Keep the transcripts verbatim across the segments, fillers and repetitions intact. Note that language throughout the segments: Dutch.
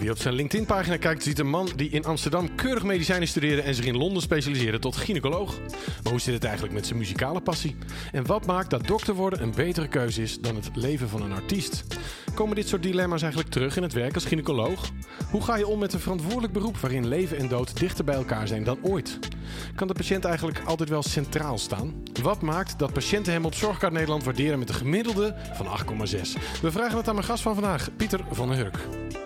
Wie op zijn LinkedIn-pagina kijkt, ziet een man die in Amsterdam keurig medicijnen studeerde en zich in Londen specialiseerde tot gynaecoloog. Maar hoe zit het eigenlijk met zijn muzikale passie? En wat maakt dat dokter worden een betere keuze is dan het leven van een artiest? Komen dit soort dilemma's eigenlijk terug in het werk als gynaecoloog? Hoe ga je om met een verantwoordelijk beroep waarin leven en dood dichter bij elkaar zijn dan ooit? Kan de patiënt eigenlijk altijd wel centraal staan? Wat maakt dat patiënten hem op Zorgkaart Nederland waarderen met een gemiddelde van acht komma zes? We vragen het aan mijn gast van vandaag, Pieter van der Hurk.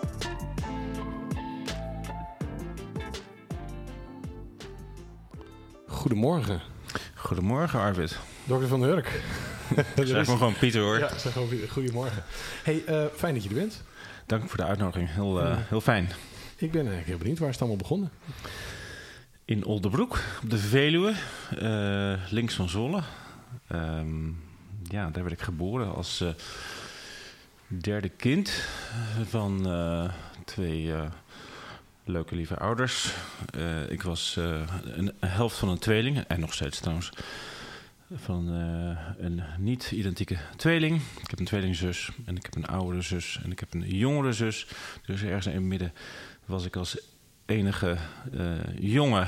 Goedemorgen. Goedemorgen, Arvid. Dokter van der Hurk. Zeg maar gewoon Pieter, hoor. Ja, zeg gewoon Pieter. Goedemorgen. Hey, uh, fijn dat je er bent. Dank voor de uitnodiging. Heel, uh, heel fijn. Ik ben eigenlijk heel benieuwd. Waar is het allemaal begonnen? In Oldebroek, op de Veluwe, uh, links van Zwolle. Um, ja, daar werd ik geboren als uh, derde kind van uh, twee uh, leuke, lieve ouders. Uh, ik was uh, een helft van een tweeling, en nog steeds trouwens, van uh, een niet-identieke tweeling. Ik heb een tweelingzus en ik heb een oudere zus en ik heb een jongere zus. Dus ergens in het midden was ik als enige uh, jongen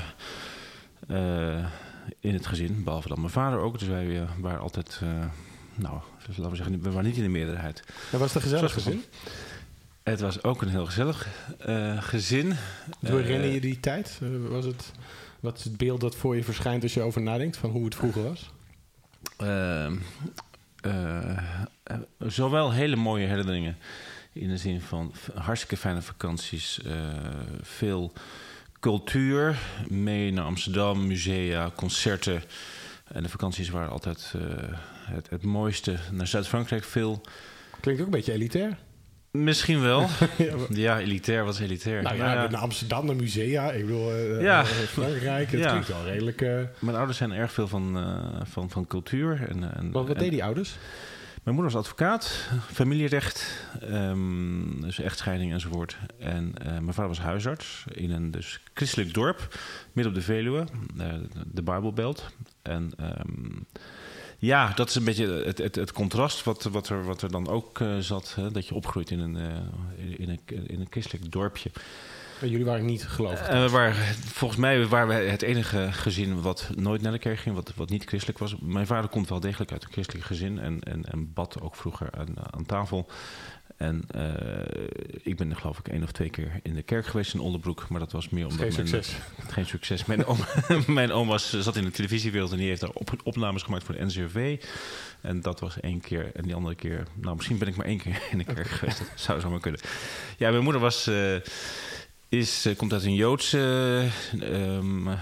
uh, in het gezin, behalve dan mijn vader ook. Dus wij uh, waren altijd, uh, nou, laten we zeggen, we waren niet in de meerderheid. En was het een gezellig gezin? Het was ook een heel gezellig uh, gezin. Hoe herinner je die tijd? Uh, was het, wat is het beeld dat voor je verschijnt als je over nadenkt van hoe het vroeger was? Uh, uh, zowel hele mooie herinneringen in de zin van hartstikke fijne vakanties, uh, veel cultuur, mee naar Amsterdam, musea, concerten. En de vakanties waren altijd uh, het, het mooiste. Naar Zuid-Frankrijk veel. Klinkt ook een beetje elitair. Misschien wel. ja, maar... ja, elitair was elitair. Nou ja, nou, ja. naar Amsterdam, naar musea. Ik bedoel, uh, ja. Frankrijk. Het ja. klinkt wel redelijk... Uh... Mijn ouders zijn erg veel van, uh, van, van cultuur. En, en, wat wat en, deden die ouders? Mijn moeder was advocaat, familierecht, um, dus echtscheiding enzovoort. En uh, mijn vader was huisarts in een dus christelijk dorp, midden op de Veluwe, uh, de Bijbelbelt. En um, ja, dat is een beetje het, het, het contrast wat, wat, er, wat er dan ook uh, zat. Hè, dat je opgroeit in een, uh, in, een, in een christelijk dorpje. En jullie waren niet gelovig? Uh, we waren, volgens mij waren we het enige gezin wat nooit naar de kerk ging, wat, wat niet christelijk was. Mijn vader komt wel degelijk uit een christelijk gezin en, en, en bad ook vroeger aan, aan tafel. En uh, ik ben geloof ik één of twee keer in de kerk geweest in Oldebroek, maar dat was meer omdat... Geen mijn, succes. Geen succes. Mijn oom, mijn oom was, zat in de televisiewereld en die heeft daar op, opnames gemaakt voor de N C R V. En dat was één keer. En die andere keer... Nou, misschien ben ik maar één keer in de kerk okay. geweest. Dat zou zo maar kunnen. Ja, mijn moeder was... Uh, Is, uh, komt uit een Joodse uh, um, uh,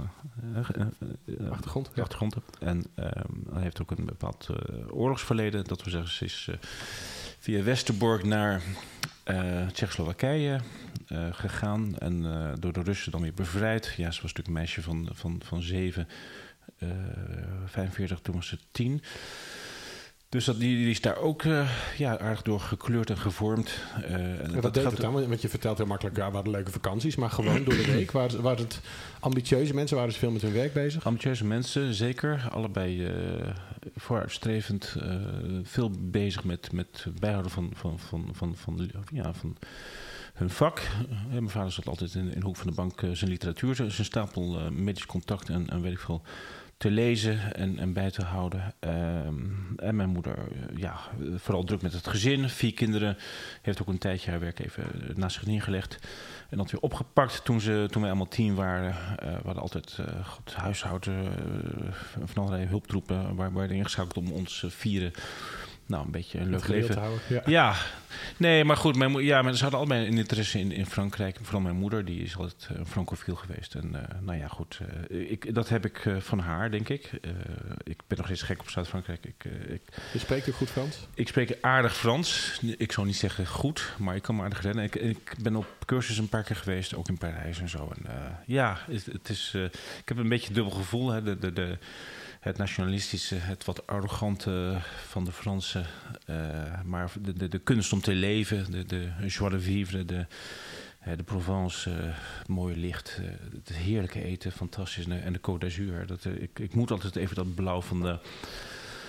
uh, achtergrond. Ja. achtergrond. En uh, hij heeft ook een bepaald uh, oorlogsverleden. Dat we zeggen, ze is uh, via Westerbork naar uh, Tsjechoslowakije uh, gegaan. En uh, door de Russen dan weer bevrijd. Ja, ze was natuurlijk een meisje van, van, van zeven, uh, vijfenveertig, toen was ze tien. Dus dat, die, die is daar ook uh, ja, aardig door gekleurd en gevormd. Uh, en wat deed het dan? Want je vertelt heel makkelijk, ja, we hadden leuke vakanties. Maar gewoon door de week, waren, waren het ambitieuze mensen? Waren ze veel met hun werk bezig? Ambitieuze mensen, zeker. Allebei uh, vooruitstrevend. Uh, veel bezig met, met bijhouden van, van, van, van, van, ja, van hun vak. Uh, mijn vader zat altijd in, in de hoek van de bank uh, zijn literatuur, zijn stapel uh, medisch contact en, en weet ik veel... te lezen en, en bij te houden. Um, en mijn moeder, uh, ja, vooral druk met het gezin. Vier kinderen. Heeft ook een tijdje haar werk even naast zich neergelegd. En dat weer opgepakt toen, ze, toen wij allemaal tien waren. Uh, we hadden altijd uh, God, huishouden, uh, van allerlei hulptroepen... waar we werden ingeschakeld om ons uh, vieren... Nou, een beetje een leuk leven. Houden, ja. ja, nee, maar goed. Mijn mo- ja, ze hadden allebei een interesse in, in Frankrijk. Vooral mijn moeder, die is altijd een uh, francofiel geweest. En uh, nou ja, goed. Uh, ik, dat heb ik uh, van haar, denk ik. Uh, ik ben nog steeds gek op Zuid-Frankrijk. Ik, uh, ik, Je spreekt ook goed Frans? Ik spreek aardig Frans. Ik zou niet zeggen goed, maar ik kan me aardig redden. Ik, ik ben op cursus een paar keer geweest, ook in Parijs en zo. En, uh, ja, het, het is, uh, ik heb een beetje een dubbel gevoel. Hè. De... de, de Het nationalistische, het wat arrogante van de Fransen. Uh, maar de, de, de kunst om te leven, de, de joie de vivre, de, de Provence, uh, mooie licht, uh, het heerlijke eten, fantastisch. En de Côte d'Azur. Dat, uh, ik, ik moet altijd even dat blauw van de,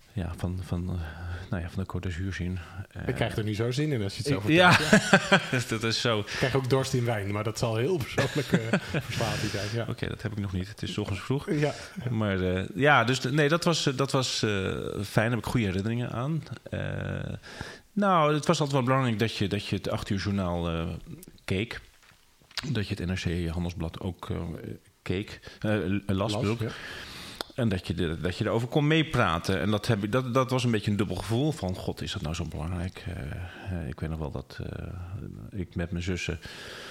ja, van, van, uh, nou ja, van de Côte d'Azur zien. Uh, ik krijg er nu zo zin in als je het zo vertelt. Ja, ja. dat is zo. Ik krijg ook dorst in wijn, maar dat zal heel persoonlijk uh, verslaving zijn. Ja. Oké, okay, dat heb ik nog niet. Het is 's ochtends vroeg. Ja. Maar uh, ja, dus nee, dat was, dat was uh, fijn. Daar heb ik goede herinneringen aan. Uh, nou, het was altijd wel belangrijk dat je, dat je het acht uur journaal uh, keek. Dat je het N R C Handelsblad ook uh, keek. Uh, las, Las, ja. En dat je, de, dat je erover kon meepraten. En dat, heb ik, dat, dat was een beetje een dubbel gevoel van... God, is dat nou zo belangrijk? Uh, uh, ik weet nog wel dat uh, ik met mijn zussen...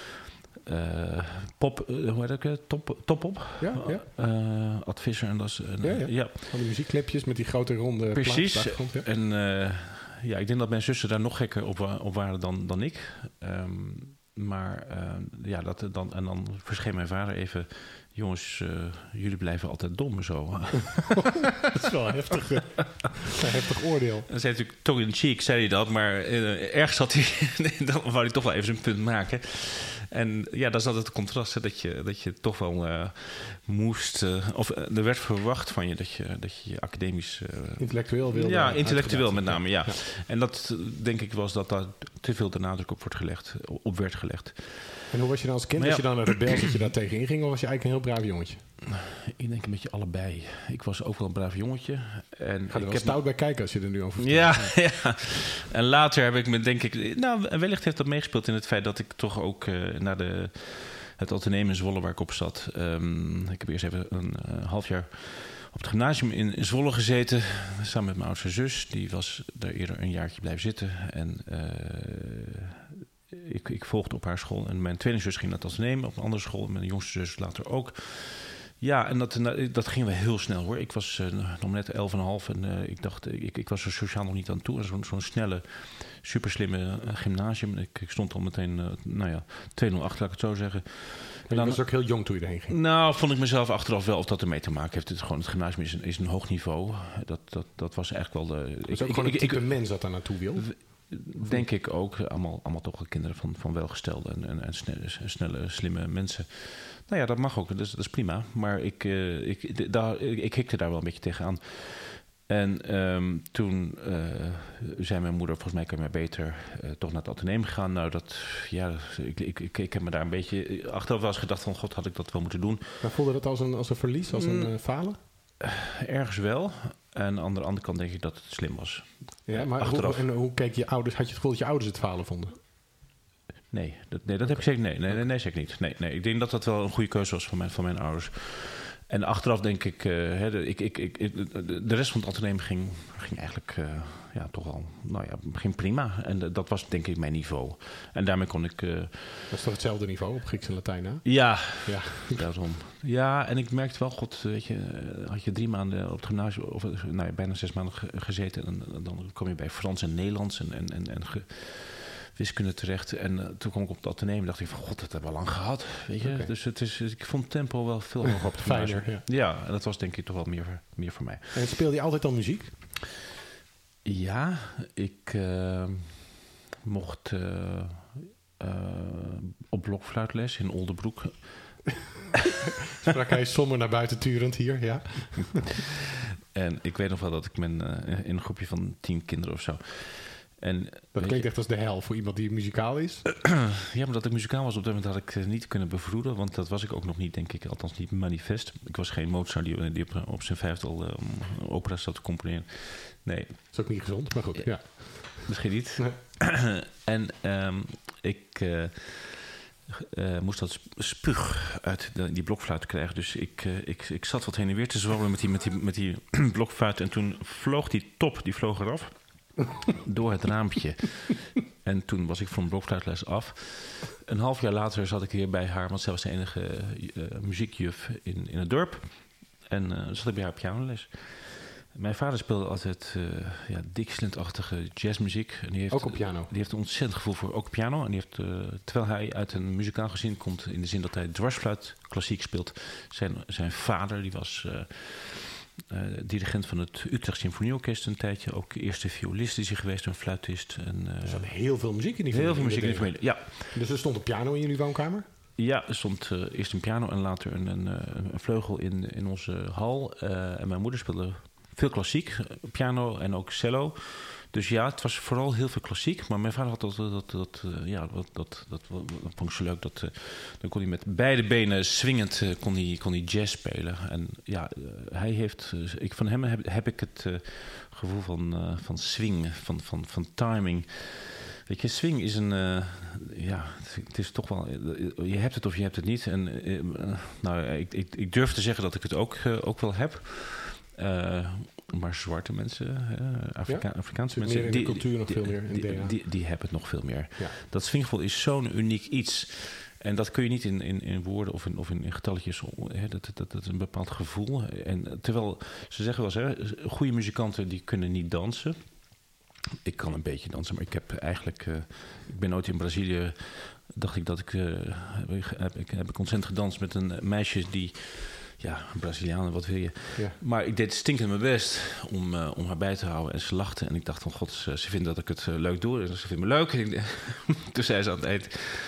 Uh, pop, uh, hoe heet dat? Top, top op? Ja, ja. Uh, Advisser en dat is... Uh, ja, ja. ja. Van die muziekclipjes met die grote ronde Precies. plaat. Ja. En uh, ja, ik denk dat mijn zussen daar nog gekker op, op waren dan, dan ik. Um, maar uh, ja, dat, dan, en dan verscheen mijn vader even... Jongens, uh, jullie blijven altijd dom zo. Dat is wel een heftig, uh, een heftig oordeel. Dat zei natuurlijk toch in de cheek, zei hij dat. Maar uh, ergens had hij... dan wou hij toch wel even zijn punt maken. En ja, dat is altijd het contrast. Hè, dat, je, dat je toch wel uh, moest... Uh, of uh, er werd verwacht van je dat je dat je academisch... Uh, intellectueel wilde. Ja, intellectueel met name, ja. ja. En dat denk ik was dat daar te veel de nadruk op, wordt gelegd, op werd gelegd. En hoe was je dan als kind? Ja. Was je dan een rebel dat je daar tegen inging? Of was je eigenlijk een heel braaf jongetje? Ik denk een beetje allebei. Ik was ook wel een braaf jongetje. En ga er wel ik stout heb... bij kijken als je er nu over vertelt. Ja, ja. En later heb ik me denk ik... Nou, wellicht heeft dat meegespeeld in het feit dat ik toch ook uh, naar de, het Atheneum in Zwolle waar ik op zat... Um, ik heb eerst even een uh, half jaar op het gymnasium in Zwolle gezeten. Samen met mijn oudste zus. Die was daar eerder een jaartje blijven zitten. En... Uh, Ik, ik volgde op haar school en mijn tweelingzus ging naar het Atheneum op een andere school. En mijn jongste zus later ook. Ja, en dat, dat ging wel heel snel hoor. Ik was uh, nog net elf en een half en uh, ik dacht, ik, ik was er sociaal nog niet aan toe. Zo'n zo'n snelle, superslimme uh, gymnasium. Ik, ik stond al meteen, uh, nou ja, twee nul acht, laat ik het zo zeggen. En je was ook heel jong toen je erheen ging? Nou, vond ik mezelf achteraf wel of dat ermee te maken heeft. Het, gewoon, het gymnasium is een, is een hoog niveau. Dat, dat, dat was eigenlijk wel de... Het is ik, ook ik, gewoon ik, een type ik, mens dat daar naartoe wil? Denk ik ook. Allemaal, allemaal toch kinderen van, van welgestelde en, en, en snelle, snelle, slimme mensen. Nou ja, dat mag ook. Dat is, dat is prima. Maar ik, uh, ik, daar, ik, ik hikte daar wel een beetje tegenaan. En um, toen uh, zei mijn moeder, volgens mij kan je maar beter uh, toch naar het Atheneum gaan. Nou, dat, ja, ik, ik, ik, ik heb me daar een beetje... Achteraf wel eens gedacht van, god, had ik dat wel moeten doen. Maar voelde dat als een, als een verlies, als een uh, falen? Uh, ergens wel. En aan de andere kant denk ik dat het slim was. Ja, maar hoe, en hoe keek je ouders? Had je het gevoel dat je ouders het falen vonden? Nee, dat, nee, dat heb ik zeker nee, nee, nee, nee, zeker niet. Nee, nee, ik denk dat dat wel een goede keuze was van mijn, van mijn ouders. En achteraf denk ik, uh, hè, de, ik, ik, ik, de rest van het Atheneum ging, ging eigenlijk uh, ja, toch al, nou ja, ging prima. En uh, dat was denk ik mijn niveau. En daarmee kon ik... Uh, dat is toch hetzelfde niveau op Grieks en Latijn, hè? Ja, ja. daarom. Ja, en ik merkte wel, god, weet je, had je drie maanden op het gymnasium, of nou ja, bijna zes maanden gezeten. En dan kom je bij Frans en Nederlands en, en, en, en ge, wiskunde terecht. En uh, toen kwam ik op het Atheneum en dacht ik van, god, dat hebben we lang gehad. Weet je? Okay. Dus het is, ik vond het tempo wel veel hoger op het gymnasium. Ja. ja, en dat was denk ik toch wel meer, meer voor mij. En speelde je altijd al muziek? Ja, ik uh, mocht uh, uh, op blokfluitles in Oldebroek. Sprak hij somber naar buiten turend hier, ja. En ik weet nog wel dat ik ben uh, in een groepje van tien kinderen of zo. En, dat klinkt echt als de hel voor iemand die muzikaal is. Ja, maar dat ik muzikaal was op dat moment had ik uh, niet kunnen bevroeden. Want dat was ik ook nog niet, denk ik. Althans niet manifest. Ik was geen Mozart die, die op, op zijn vijfde al uh, opera's zat te componeren. Nee. Dat is ook niet gezond, maar goed, ja. Misschien niet. Nee. En um, ik... Uh, Uh, moest dat spuug uit de, die blokfluit krijgen. Dus ik, uh, ik, ik zat wat heen en weer te zwabbelen met die, met die, met die blokfluit. En toen vloog die top, die vloog eraf. Door het raampje. En toen was ik van blokfluitles af. Een half jaar later zat ik hier bij haar, want zij was de enige uh, muziekjuf in, in het dorp. En uh, zat ik bij haar pianoles. Mijn vader speelde altijd uh, ja, Dixieland-achtige jazzmuziek. En die heeft, ook op piano? Die heeft een ontzettend gevoel voor ook piano. En die heeft, uh, terwijl hij uit een muzikaal gezin komt, in de zin dat hij dwarsfluit klassiek speelt. Zijn, zijn vader, die was uh, uh, dirigent van het Utrecht Symfonieorkest een tijdje. Ook eerste violist is hij geweest, een fluitist. En, uh, er zat heel veel muziek in die Heel veel muziek in die familie, ja. Dus er stond een piano in jullie woonkamer? Ja, er stond uh, eerst een piano en later een, een, een vleugel in, in onze hal. Uh, en mijn moeder speelde veel klassiek, piano en ook cello. Dus ja, het was vooral heel veel klassiek. Maar mijn vader had dat, dat, dat, uh, ja, dat, dat, dat, dat vond ik zo leuk. Dat, uh, dan kon hij met beide benen swingend uh, kon hij, kon hij jazz spelen. En ja, uh, hij heeft, uh, ik, van hem heb, heb ik het uh, gevoel van, uh, van swing, van, van, van timing. Weet je, swing is een, uh, ja, het is toch wel, je hebt het of je hebt het niet. En uh, nou, ik, ik, ik durf te zeggen dat ik het ook, uh, ook wel heb. Uh, maar zwarte mensen, uh, Afrika- ja? Afrikaanse mensen... Meer in de cultuur nog die, veel meer. In die, D N A. die, die, die hebben het nog veel meer. Ja. Dat swinggevoel is zo'n uniek iets. En dat kun je niet in, in, in woorden of in, of in, in getalletjes... Hè, dat, dat, dat is een bepaald gevoel. En terwijl, ze zeggen wel eens... Hè, goede muzikanten die kunnen niet dansen. Ik kan een beetje dansen, maar ik heb eigenlijk... Uh, ik ben ooit in Brazilië... dacht ik dat ik... Uh, heb, ik heb ik ontzettend gedanst met een meisje die... Ja, Brazilianen, wat wil je? Ja. Maar ik deed stinkend mijn best om, uh, om haar bij te houden. En ze lachte. En ik dacht van, god, ze, ze vindt dat ik het uh, leuk doe. En ze vindt me leuk. En ik, toen zei ze aan het eind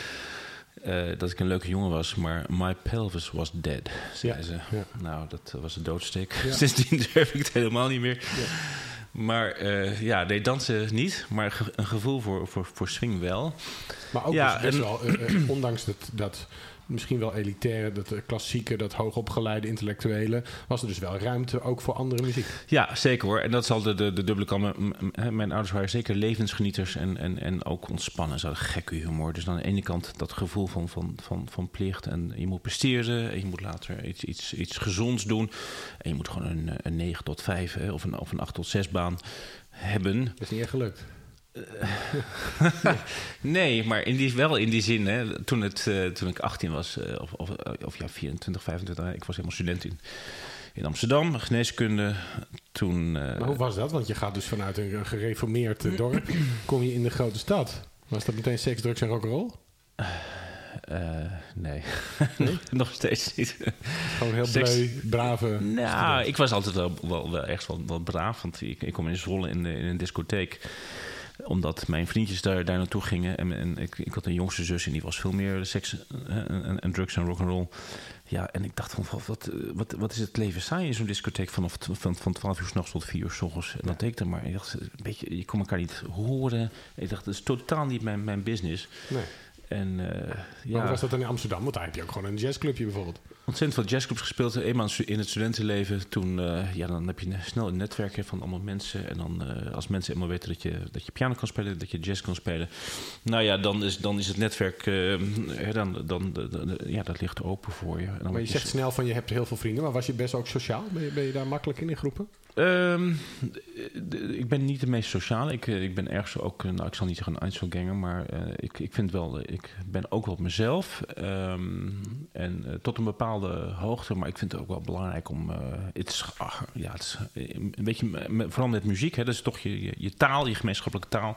uh, dat ik een leuke jongen was. Maar my pelvis was dead, zei ja. ze. Ja. Nou, dat was een doodsteek. Ja. Sindsdien durf ik het helemaal niet meer. Ja. Maar uh, ja, nee, dansen niet. Maar ge- een gevoel voor, voor, voor swing wel. Maar ook ja, dus best en, wel, uh, uh, ondanks dat... dat misschien wel elitaire, dat klassieke, dat hoogopgeleide intellectuele, was er dus wel ruimte ook voor andere muziek. Ja, zeker hoor. En dat is al de, de, de dubbele kant. Mijn ouders waren zeker levensgenieters en, en, en ook ontspannen. Ze hadden gekke humor. Dus aan de ene kant dat gevoel van, van, van, van plicht en je moet presteren en je moet later iets, iets, iets gezonds doen. En je moet gewoon een, een negen tot vijf hè, of, een, of een acht tot zes baan hebben. Dat is niet echt gelukt. Uh, nee, maar in die, wel in die zin, hè, toen, het, uh, toen ik achttien was, uh, of, of, of ja, vierentwintig, vijfentwintig, ik was helemaal student in, in Amsterdam, geneeskunde. Toen, uh, maar hoe was dat? Want je gaat dus vanuit een, een gereformeerd uh, dorp, kom je in de grote stad. Was dat meteen seks, drugs en rock'n'roll? Uh, uh, nee, nee? nog steeds niet. Gewoon heel bleu, brave. Nou, student. ik was altijd wel, wel, wel echt wel, wel braaf, want ik, ik kom in Zwolle in, de, in een discotheek. Omdat mijn vriendjes daar, daar naartoe gingen. En, en ik, ik had een jongste zus en die was veel meer seks en, en, en drugs en rock'n'roll. Ja, en ik dacht van, wat, wat, wat is het leven saai in zo'n discotheek vanaf van, van twaalf uur 's nachts tot vier uur 's ochtends. En ja. dat deed ik dan maar. Ik dacht, een beetje, je kon elkaar niet horen. Ik dacht, dat is totaal niet mijn, mijn business. Nee. En, uh, ja. Maar hoe was dat dan in Amsterdam? Want daar heb je ook gewoon een jazzclubje bijvoorbeeld. Ontzettend veel jazzclubs gespeeld. Eenmaal in het studentenleven. Toen, uh, ja, dan heb je snel een netwerk van allemaal mensen. En dan, uh, als mensen eenmaal weten dat je, dat je piano kan spelen, dat je jazz kan spelen. Nou ja, dan is, dan is het netwerk, uh, dan, dan, de, de, de, ja, dat ligt open voor je. En dan maar je zegt snel van je hebt heel veel vrienden. Maar was je best ook sociaal? Ben je, ben je daar makkelijk in, in groepen? Um, ik ben niet de meest sociale. Ik, ik ben ergens ook, nou, ik zal niet zeggen een Einzelganger, maar uh, ik, ik vind wel, ik ben ook wel mezelf. Um, en uh, tot een bepaalde hoogte, maar ik vind het ook wel belangrijk om, uh, het is, ach, ja, het is een beetje, vooral met muziek, hè, dat is toch je, je, je taal, je gemeenschappelijke taal.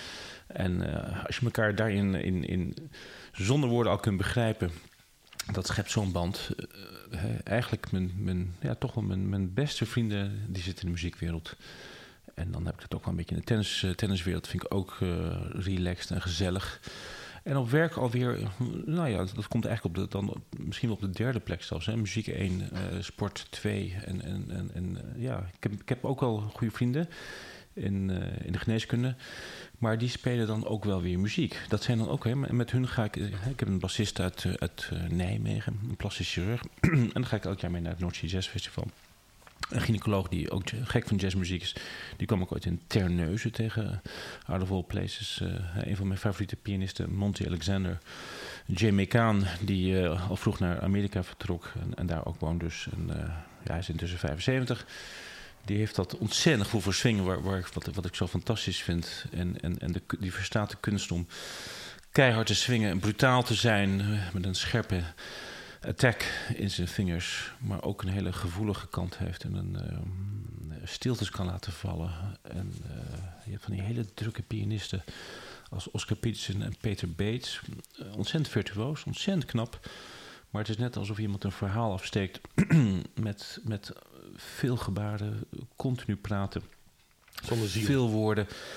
En uh, als je elkaar daarin in, in, zonder woorden al kunt begrijpen, dat schept zo'n band. Uh, eigenlijk mijn, mijn, ja, toch wel mijn, mijn beste vrienden, die zitten in de muziekwereld. En dan heb ik het ook wel een beetje in de tennis, uh, tenniswereld. Vind ik ook uh, relaxed en gezellig. En op werk alweer, nou ja, dat komt eigenlijk op de, dan misschien wel op de derde plek zelfs. Hè. Muziek één, uh, sport twee. En, en, en, en uh, ja, ik heb, ik heb ook wel goede vrienden in, uh, in de geneeskunde. Maar die spelen dan ook wel weer muziek. Dat zijn dan ook, hè, met hun ga ik... Ik heb een bassist uit, uit Nijmegen, een plastisch chirurg. En dan ga ik elk jaar mee naar het Noordzee Jazz Festival. Een gynaecoloog die ook gek van jazzmuziek is. Die kwam ik ooit in Terneuzen tegen. Out of all places. Uh, een van mijn favoriete pianisten, Monty Alexander. Jay McCann, die uh, al vroeg naar Amerika vertrok. En, en daar ook woont dus. En, uh, ja, hij is intussen vijfenzeventig. Die heeft dat ontzettend gevoel voor swingen, waar, waar ik, wat, wat ik zo fantastisch vind. En, en, en de, die verstaat de kunst om keihard te swingen en brutaal te zijn. Met een scherpe attack in zijn vingers. Maar ook een hele gevoelige kant heeft. En een uh, stiltes kan laten vallen. En uh, je hebt van die hele drukke pianisten als Oscar Peterson en Peter Bates. Uh, ontzettend virtuoos, ontzettend knap. Maar het is net alsof iemand een verhaal afsteekt met... met veel gebaren, continu praten, zonder ziel. Veel woorden,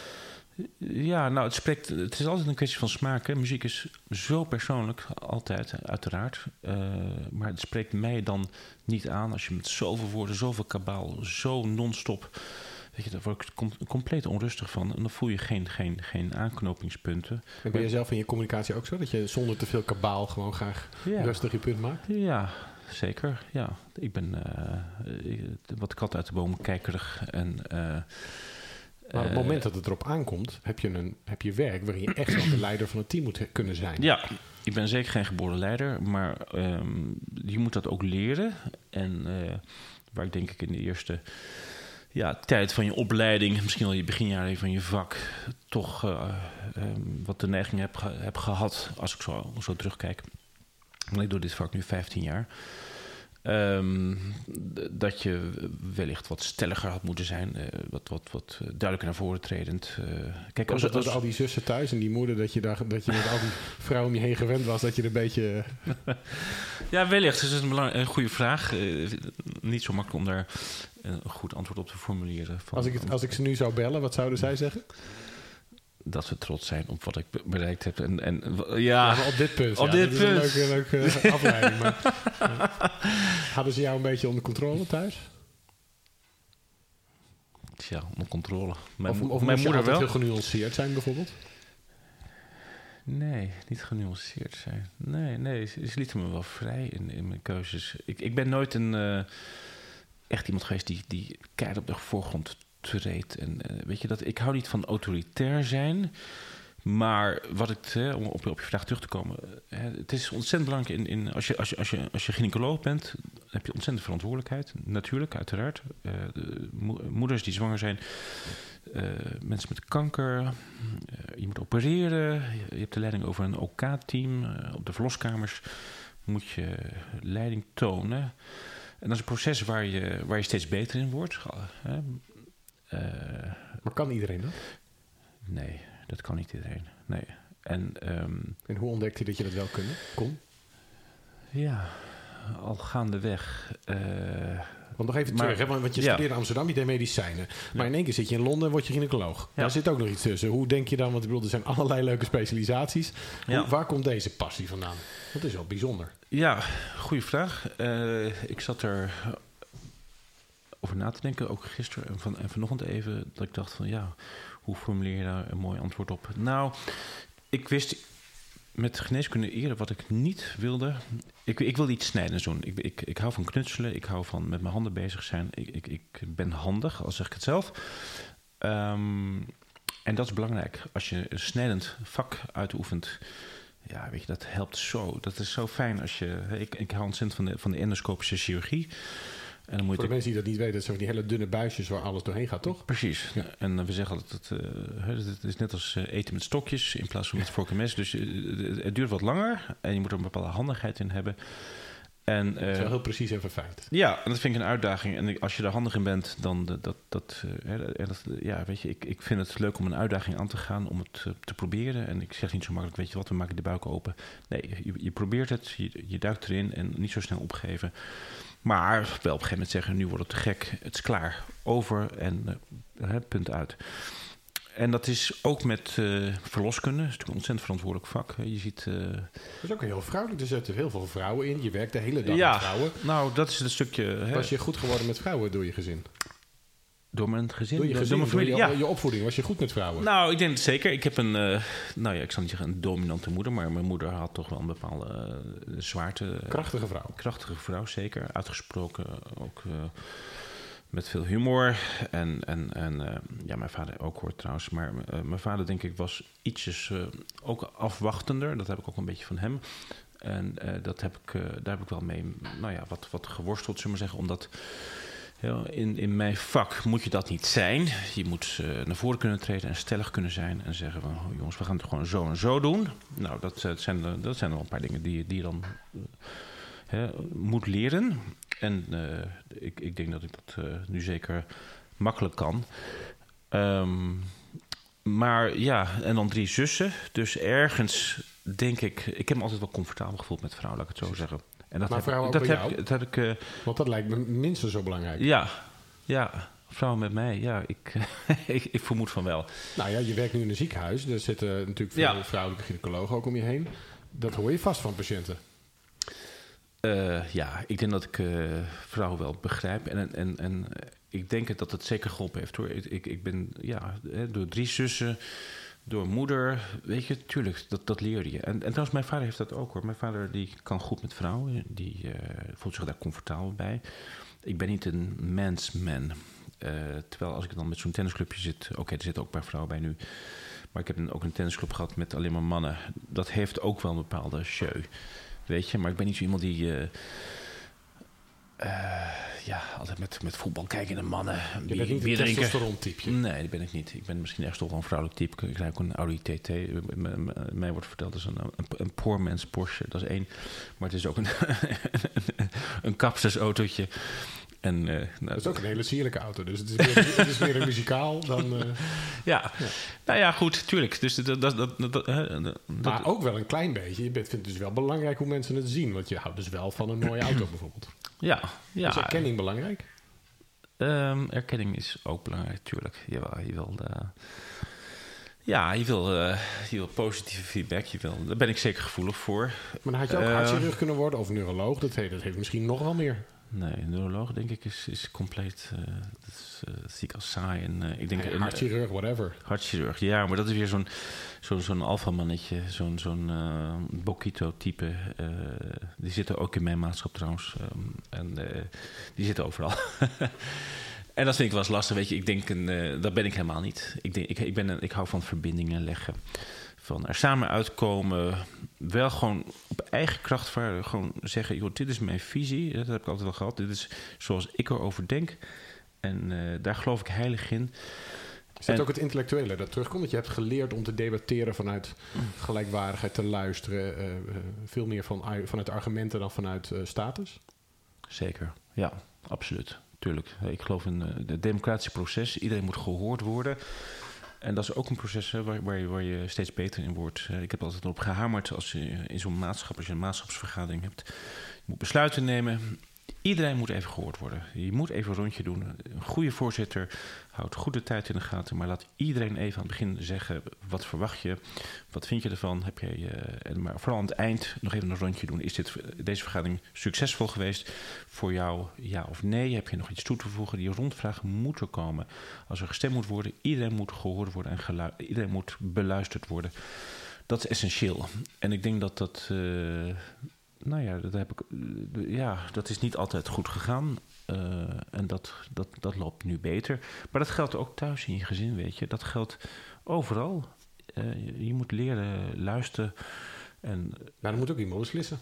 Ja, nou, het spreekt. Het is altijd een kwestie van smaak. Hè. Muziek is zo persoonlijk, altijd, uiteraard. Uh, maar het spreekt mij dan niet aan als je met zoveel woorden, zoveel kabaal, zo non-stop. Weet je, daar word ik com- compleet onrustig van. En dan voel je geen, geen, geen aanknopingspunten. En ben je zelf in je communicatie ook zo? Dat je zonder te veel kabaal gewoon graag ja. rustig je punt maakt? Ja, zeker. Ja. Ik ben, uh, wat kat uit de boom, kijkerig en... Uh, Maar op het moment dat het erop aankomt, heb je, een, heb je werk waarin je echt wel de leider van het team moet kunnen zijn. Ja, ik ben zeker geen geboren leider, maar um, je moet dat ook leren. En uh, waar ik denk ik in de eerste ja, tijd van je opleiding, misschien al je beginjaren van je vak, toch uh, um, wat de neiging heb, ge- heb gehad, als ik zo, zo terugkijk. Want ik doe dit vak nu vijftien jaar. Um, d- dat je wellicht wat stelliger had moeten zijn. Uh, wat, wat, wat duidelijker naar voren tredend. Uh, kijk, als, als, als al die zussen thuis en die moeder... dat je, daar, dat je met al die vrouwen om je heen gewend was... dat je er een beetje... Ja, wellicht. Dat is een, belang- een goede vraag. Uh, niet zo makkelijk om daar een goed antwoord op te formuleren. Van, als, ik het, als ik ze nu zou bellen, wat zouden zij zeggen? Dat we trots zijn op wat ik bereikt heb. En, en, ja, ja, maar op dit punt. Op ja, dit dat punt. is een leuke, leuke uh, afleiding. Maar, uh, hadden ze jou een beetje onder controle thuis? Tja, onder controle. Mijn, of of mijn moeder wel. Heel genuanceerd zijn bijvoorbeeld? Nee, niet genuanceerd zijn. Nee, nee, ze, ze lieten me wel vrij in, in mijn keuzes. Ik, ik ben nooit een uh, echt iemand geweest die, die keihard op de voorgrond treedt. En uh, weet je dat, ik hou niet van autoritair zijn. Maar wat ik, hè, om op, op je vraag terug te komen, hè, het is ontzettend belangrijk in, in als je als je als je als je gynaecoloog bent, heb je ontzettend verantwoordelijkheid, natuurlijk, uiteraard. Uh, de mo- moeders die zwanger zijn, uh, mensen met kanker, uh, je moet opereren, je, je hebt de leiding over een O K-team, uh, op de verloskamers moet je leiding tonen. En dat is een proces waar je waar je steeds beter in wordt. Uh, uh, maar kan iedereen dat? Nee. Dat kan niet iedereen, nee. En, um, en hoe ontdekte je dat je dat wel kunnen, kon? Ja, al gaandeweg. Uh, want nog even maar, terug, hè, want, want je ja. studeerde in Amsterdam, je deed medicijnen. Maar ja. in één keer zit je in Londen en word je gynaecoloog. Ja. Daar zit ook nog iets tussen. Hoe denk je dan, want ik bedoel, er zijn allerlei leuke specialisaties. Hoe, ja. Waar komt deze passie vandaan? Dat is wel bijzonder. Ja, goede vraag. Uh, ik zat er over na te denken, ook gisteren en, van, en vanochtend even, dat ik dacht van ja... Hoe formuleer je daar een mooi antwoord op? Nou, ik wist met geneeskunde eerder wat ik niet wilde. Ik, ik wilde iets snijdends doen. Ik, ik, ik hou van knutselen. Ik hou van met mijn handen bezig zijn. Ik, ik, ik ben handig, al zeg ik het zelf. Um, en dat is belangrijk. Als je een snijdend vak uitoefent... Ja, weet je, dat helpt zo. Dat is zo fijn als je... Ik, ik hou ontzettend van de, van de endoscopische chirurgie. En dan moet Voor de mensen die dat niet weten, dat zijn die hele dunne buisjes waar alles doorheen gaat, toch? Precies. Ja. En uh, we zeggen dat het, uh, het is net als uh, eten met stokjes in plaats van met vork en mes. Dus uh, het duurt wat langer en je moet er een bepaalde handigheid in hebben. En, uh, dat is wel heel precies en verfijnd. Ja, en dat vind ik een uitdaging. En als je er handig in bent, dan dat... dat, dat, uh, dat ja, weet je, ik, ik vind het leuk om een uitdaging aan te gaan, om het uh, te proberen. En ik zeg niet zo makkelijk, weet je wat, we maken de buik open. Nee, je, je probeert het, je, je duikt erin en niet zo snel opgeven. Maar wel op een gegeven moment zeggen, nu wordt het te gek, het is klaar, over en uh, punt uit. En dat is ook met uh, verloskunde, dat is natuurlijk een ontzettend verantwoordelijk vak. Je ziet... Uh, dat is ook heel vrouwelijk, er zitten heel veel vrouwen in. Je werkt de hele dag ja, met vrouwen. Nou, dat is het stukje... Hè. Was je goed geworden met vrouwen door je gezin? Door mijn gezin? Door je gezin, door mijn familie, door je, ja. je opvoeding. Was je goed met vrouwen? Nou, ik denk het zeker. Ik heb een, uh, nou ja, ik zal niet zeggen een dominante moeder, maar mijn moeder had toch wel een bepaalde uh, zwaarte. Krachtige vrouw. Krachtige vrouw, zeker. Uitgesproken, ook uh, met veel humor. En, en, en uh, ja, mijn vader ook hoor trouwens. Maar uh, mijn vader, denk ik, was ietsjes uh, ook afwachtender. Dat heb ik ook een beetje van hem. En uh, dat heb ik, uh, daar heb ik wel mee, nou ja, wat, wat geworsteld, zullen we maar zeggen, omdat... Ja, in, in mijn vak moet je dat niet zijn. Je moet uh, naar voren kunnen treden en stellig kunnen zijn. En zeggen van, oh, jongens, we gaan het gewoon zo en zo doen. Nou, dat, dat, zijn, dat zijn wel een paar dingen die, die je dan uh, hè, moet leren. En uh, ik, ik denk dat ik dat uh, nu zeker makkelijk kan. Um, maar ja, en dan drie zussen. Dus ergens denk ik... Ik heb me altijd wel comfortabel gevoeld met vrouwen, laat ik het zo zeggen. En dat maar heb, vrouwen dat ook bij heb, jou? Dat heb ik, uh, Want dat lijkt me minstens zo belangrijk. Ja, ja, Vrouwen met mij, ja, ik, ik, ik vermoed van wel. Nou ja, je werkt nu in een ziekenhuis. Er zitten natuurlijk veel Ja. vrouwelijke gynaecologen ook om je heen. Dat hoor je vast van patiënten. Uh, ja, ik denk dat ik uh, vrouwen wel begrijp. En, en, en ik denk dat het zeker geholpen heeft, hoor. Ik, ik, ik ben, ja, door drie zussen, door moeder, weet je, tuurlijk, dat, dat leer je. En, en trouwens, mijn vader heeft dat ook, hoor. Mijn vader die kan goed met vrouwen. Die uh, voelt zich daar comfortabel bij. Ik ben niet een mansman. Uh, terwijl als ik dan met zo'n tennisclubje zit... Oké, okay, er zitten ook een paar vrouwen bij nu. Maar ik heb een, ook een tennisclub gehad met alleen maar mannen. Dat heeft ook wel een bepaalde show. Weet je, maar ik ben niet zo iemand die... Uh, uh, ja, altijd met, met voetbal kijken naar mannen. Je bent niet een testosteron-typeje? Nee, dat ben ik niet. Ik ben misschien echt toch wel een vrouwelijk type. Ik rijd ook een Audi T T. Mij wordt verteld, dat is een, een, een poor man's Porsche. Dat is één. Maar het is ook een, een kapstersautootje. En, uh, nou, dat is ook een hele sierlijke auto, dus het is meer, het is meer een muzikaal dan... Uh, ja. ja, nou ja, goed, tuurlijk. Dus dat, dat, dat, dat, dat, maar ook wel een klein beetje. Je vindt het dus wel belangrijk hoe mensen het zien. Want je houdt dus wel van een mooie auto bijvoorbeeld. Ja. ja. Is erkenning belangrijk? Um, erkenning is ook belangrijk, tuurlijk. Jawel, je wil... Uh, ja, je wil, uh, je wil positieve feedback. Je wil, daar ben ik zeker gevoelig voor. Maar dan had je ook uh, hartchirurg kunnen worden of neuroloog. Dat heeft, dat heeft misschien nog wel meer. Nee, een neuroloog denk ik is, is compleet... Uh, dat, is, uh, dat zie ik als saai. En, uh, ik denk, hey, hartchirurg, whatever. Hartchirurg, ja. Maar dat is weer zo'n, zo'n, zo'n alfamannetje. Zo'n, zo'n uh, Bokito-type. Uh, die zitten ook in mijn maatschap trouwens. Um, en uh, die zitten overal. En dat vind ik wel eens lastig. Weet je, ik denk, een, uh, dat ben ik helemaal niet. Ik, denk, ik, ik, ben een, ik hou van verbindingen leggen. Van er samen uitkomen, wel gewoon op eigen kracht varen. Gewoon zeggen, joh, dit is mijn visie. Dat heb ik altijd wel gehad. Dit is zoals ik erover denk. En uh, daar geloof ik heilig in. Is dat en, ook het intellectuele dat terugkomt? Dat je hebt geleerd om te debatteren vanuit gelijkwaardigheid, te luisteren. Uh, uh, veel meer van, vanuit argumenten dan vanuit uh, status? Zeker, ja, absoluut. Tuurlijk. Ik geloof in uh, het democratische proces. Iedereen moet gehoord worden. En dat is ook een proces hè, waar, waar, je, waar je steeds beter in wordt. Uh, ik heb altijd op gehamerd als je in zo'n maatschap, als je een maatschapsvergadering hebt. Je moet besluiten nemen. Iedereen moet even gehoord worden. Je moet even een rondje doen. Een goede voorzitter houdt goed de tijd in de gaten. Maar laat iedereen even aan het begin zeggen. Wat verwacht je? Wat vind je ervan? Heb je, uh, en maar vooral aan het eind nog even een rondje doen. Is dit, deze vergadering succesvol geweest voor jou? Ja of nee? Heb je nog iets toe te voegen? Die rondvraag moet er komen. Als er gestemd moet worden. Iedereen moet gehoord worden. En gelu- iedereen moet beluisterd worden. Dat is essentieel. En ik denk dat dat... Uh, Nou ja, dat heb ik. Ja, dat is niet altijd goed gegaan. Uh, en dat, dat, dat loopt nu beter. Maar dat geldt ook thuis in je gezin, weet je. Dat geldt overal. Uh, je, je moet leren luisteren. En, nou, dan moet ook iemand beslissen.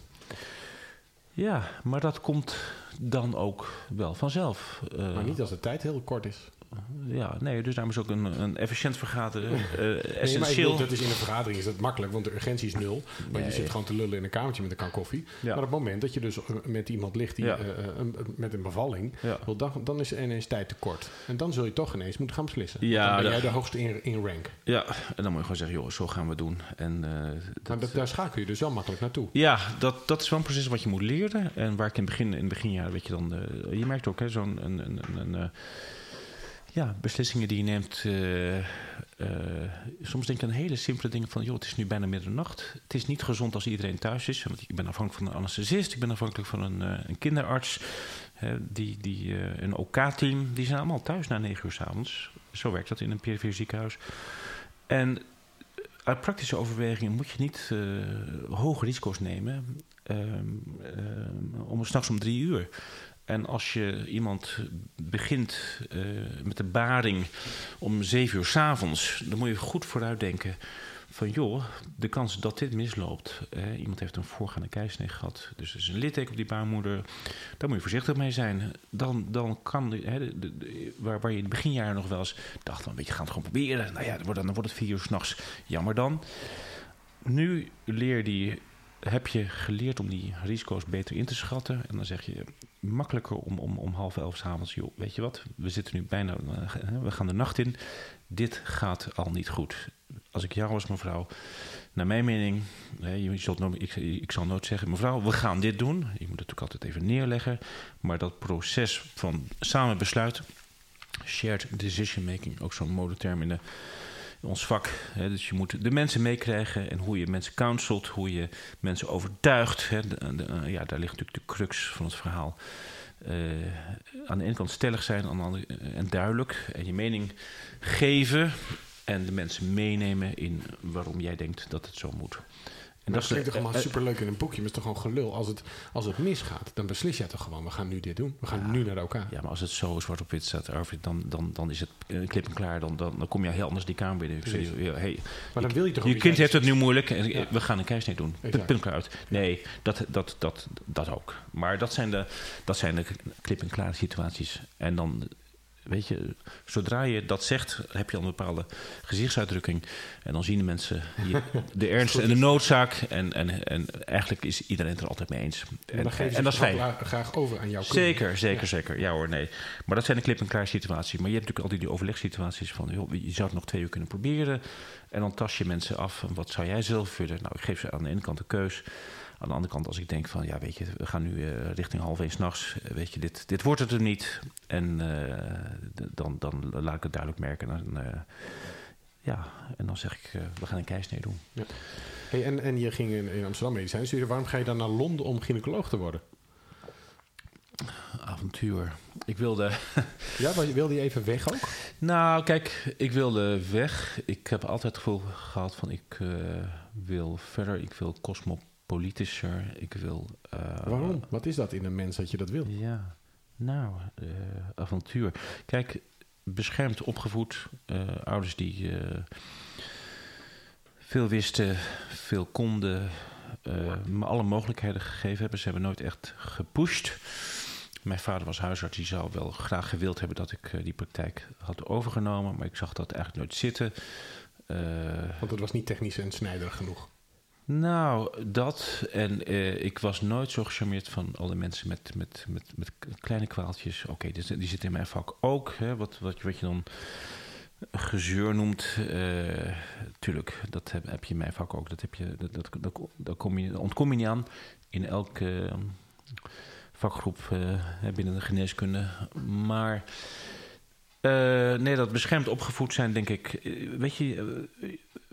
Ja, maar dat komt dan ook wel vanzelf. Uh, maar niet als de tijd heel kort is. Ja, nee, dus daarom is ook een, een efficiënt vergaderen uh, essentieel. Nee, maar dat is in een vergadering is dat makkelijk, want de urgentie is nul. Want nee. Je zit gewoon te lullen in een kamertje met een kan koffie. Ja. Maar op het moment dat je dus met iemand ligt die, ja. uh, uh, met een bevalling, ja. well, dan, dan is er ineens tijd te kort. En dan zul je toch ineens moeten gaan beslissen. Ja, dan ben dat, jij de hoogste in, in rank. Ja, en dan moet je gewoon zeggen, joh, zo gaan we doen. En, uh, dat, maar dat, daar schakel je dus wel makkelijk naartoe. Ja, dat, dat is wel een proces wat je moet leren. En waar ik in het begin, in het beginjaar, weet je dan, uh, je merkt ook, hè, zo'n een, een, een, een, ja, beslissingen die je neemt. Uh, uh, soms denk je aan hele simpele dingen van, joh, het is nu bijna middernacht. Het is niet gezond als iedereen thuis is. Want ik ben afhankelijk van een anesthesist. Ik ben afhankelijk van een, uh, een kinderarts. Uh, die, die, uh, een O K-team. Die zijn allemaal thuis na negen uur 's avonds. Zo werkt dat in een perifere ziekenhuis. En uit praktische overwegingen moet je niet uh, hoge risico's nemen. Uh, uh, om 's nachts om drie uur. En als je iemand begint uh, met de baring om zeven uur 's avonds, dan moet je goed vooruit denken van, joh, de kans dat dit misloopt. Eh, iemand heeft een voorgaande keizersnee gehad, dus er is een litteken op die baarmoeder. Daar moet je voorzichtig mee zijn. Dan, dan kan, he, de, de, de, waar, waar je in het beginjaren nog wel eens dacht, dan weet je, gaan het gewoon proberen. Nou ja, dan wordt, dan wordt het vier uur 's nachts. Jammer dan. Nu leer die... Heb je geleerd om die risico's beter in te schatten? En dan zeg je makkelijker om, om, om half elf 's avonds, joh, weet je wat? We zitten nu bijna, we gaan de nacht in. Dit gaat al niet goed. Als ik jou was, mevrouw, naar mijn mening, je zult nooit, ik, ik zal nooit zeggen, mevrouw, we gaan dit doen. Je moet het natuurlijk altijd even neerleggen. Maar dat proces van samen besluiten, shared decision making, ook zo'n modeterm in, de, in ons vak. Hè. Dus je moet de mensen meekrijgen en hoe je mensen counselt, hoe je mensen overtuigt. Hè. De, de, uh, ja, daar ligt natuurlijk de crux van het verhaal. Uh, aan de ene kant stellig zijn, aan de andere uh, en duidelijk en je mening geven en de mensen meenemen in waarom jij denkt dat het zo moet. En dat klinkt toch allemaal uh, superleuk in een boekje, maar het is toch gewoon gelul. Als het, als het misgaat, dan beslis jij toch gewoon, we gaan nu dit doen. We gaan ja, nu naar elkaar. Ja, maar als het zo zwart op wit staat, Arvid, dan, dan, dan is het uh, klip en klaar. Dan, dan, dan kom je heel anders die kamer binnen. Zeg, ja, hey, maar dan wil je toch je kind heeft het nu moeilijk en ja. we gaan een keisnee doen. Exact. Punt klaar uit. Nee, dat, dat, dat, dat ook. Maar dat zijn de, dat zijn de klip en klaar situaties. En dan... Weet je, zodra je dat zegt, heb je al een bepaalde gezichtsuitdrukking. En dan zien de mensen hier de ernst en de noodzaak. En, en, en eigenlijk is iedereen het er altijd mee eens. En, dan geef je en dat is fijn. Graag over aan jouw Zeker, zeker, ja. zeker. Ja hoor, nee. Maar dat zijn de klip-en-klaar situaties. Maar je hebt natuurlijk altijd die overlegssituaties van... Joh, je zou het nog twee uur kunnen proberen. En dan tas je mensen af. Wat zou jij zelf willen? Nou, ik geef ze aan de ene kant de keus... Aan de andere kant, als ik denk van, ja, weet je, we gaan nu uh, richting half één 's nachts, uh, weet je, dit, dit wordt het er niet. En uh, d- dan, dan laat ik het duidelijk merken. En, uh, ja, en dan zeg ik, uh, we gaan een keisnee doen. Ja. Hey, en, en je ging in, in Amsterdam medicijn studeren. Waarom ga je dan naar Londen om gynaecoloog te worden? Avontuur. Ik wilde... ja, wilde je even weg ook? Nou, kijk, ik wilde weg. Ik heb altijd het gevoel gehad van, ik uh, wil verder, ik wil cosmo politischer, ik wil... Uh, Waarom? Wat is dat in een mens dat je dat wil? Ja, nou, uh, avontuur. Kijk, beschermd opgevoed, uh, ouders die uh, veel wisten, veel konden, uh, me alle mogelijkheden gegeven hebben. Ze hebben nooit echt gepusht. Mijn vader was huisarts, die zou wel graag gewild hebben dat ik uh, die praktijk had overgenomen, maar ik zag dat eigenlijk nooit zitten. Uh, Want het was niet technisch en snijderig genoeg. Nou, dat. En uh, ik was nooit zo gecharmeerd van alle mensen met, met, met, met kleine kwaaltjes. Oké, okay, die, die zitten in mijn vak ook. Hè, wat, wat, wat je dan gezeur noemt. Uh, tuurlijk, dat heb, heb je in mijn vak ook. Dat heb je, dat, dat, dat, dat kom je, ontkom je niet aan. In elke uh, vakgroep uh, binnen de geneeskunde. Maar... Uh, nee, dat beschermd opgevoed zijn, denk ik... Uh, weet je... Uh,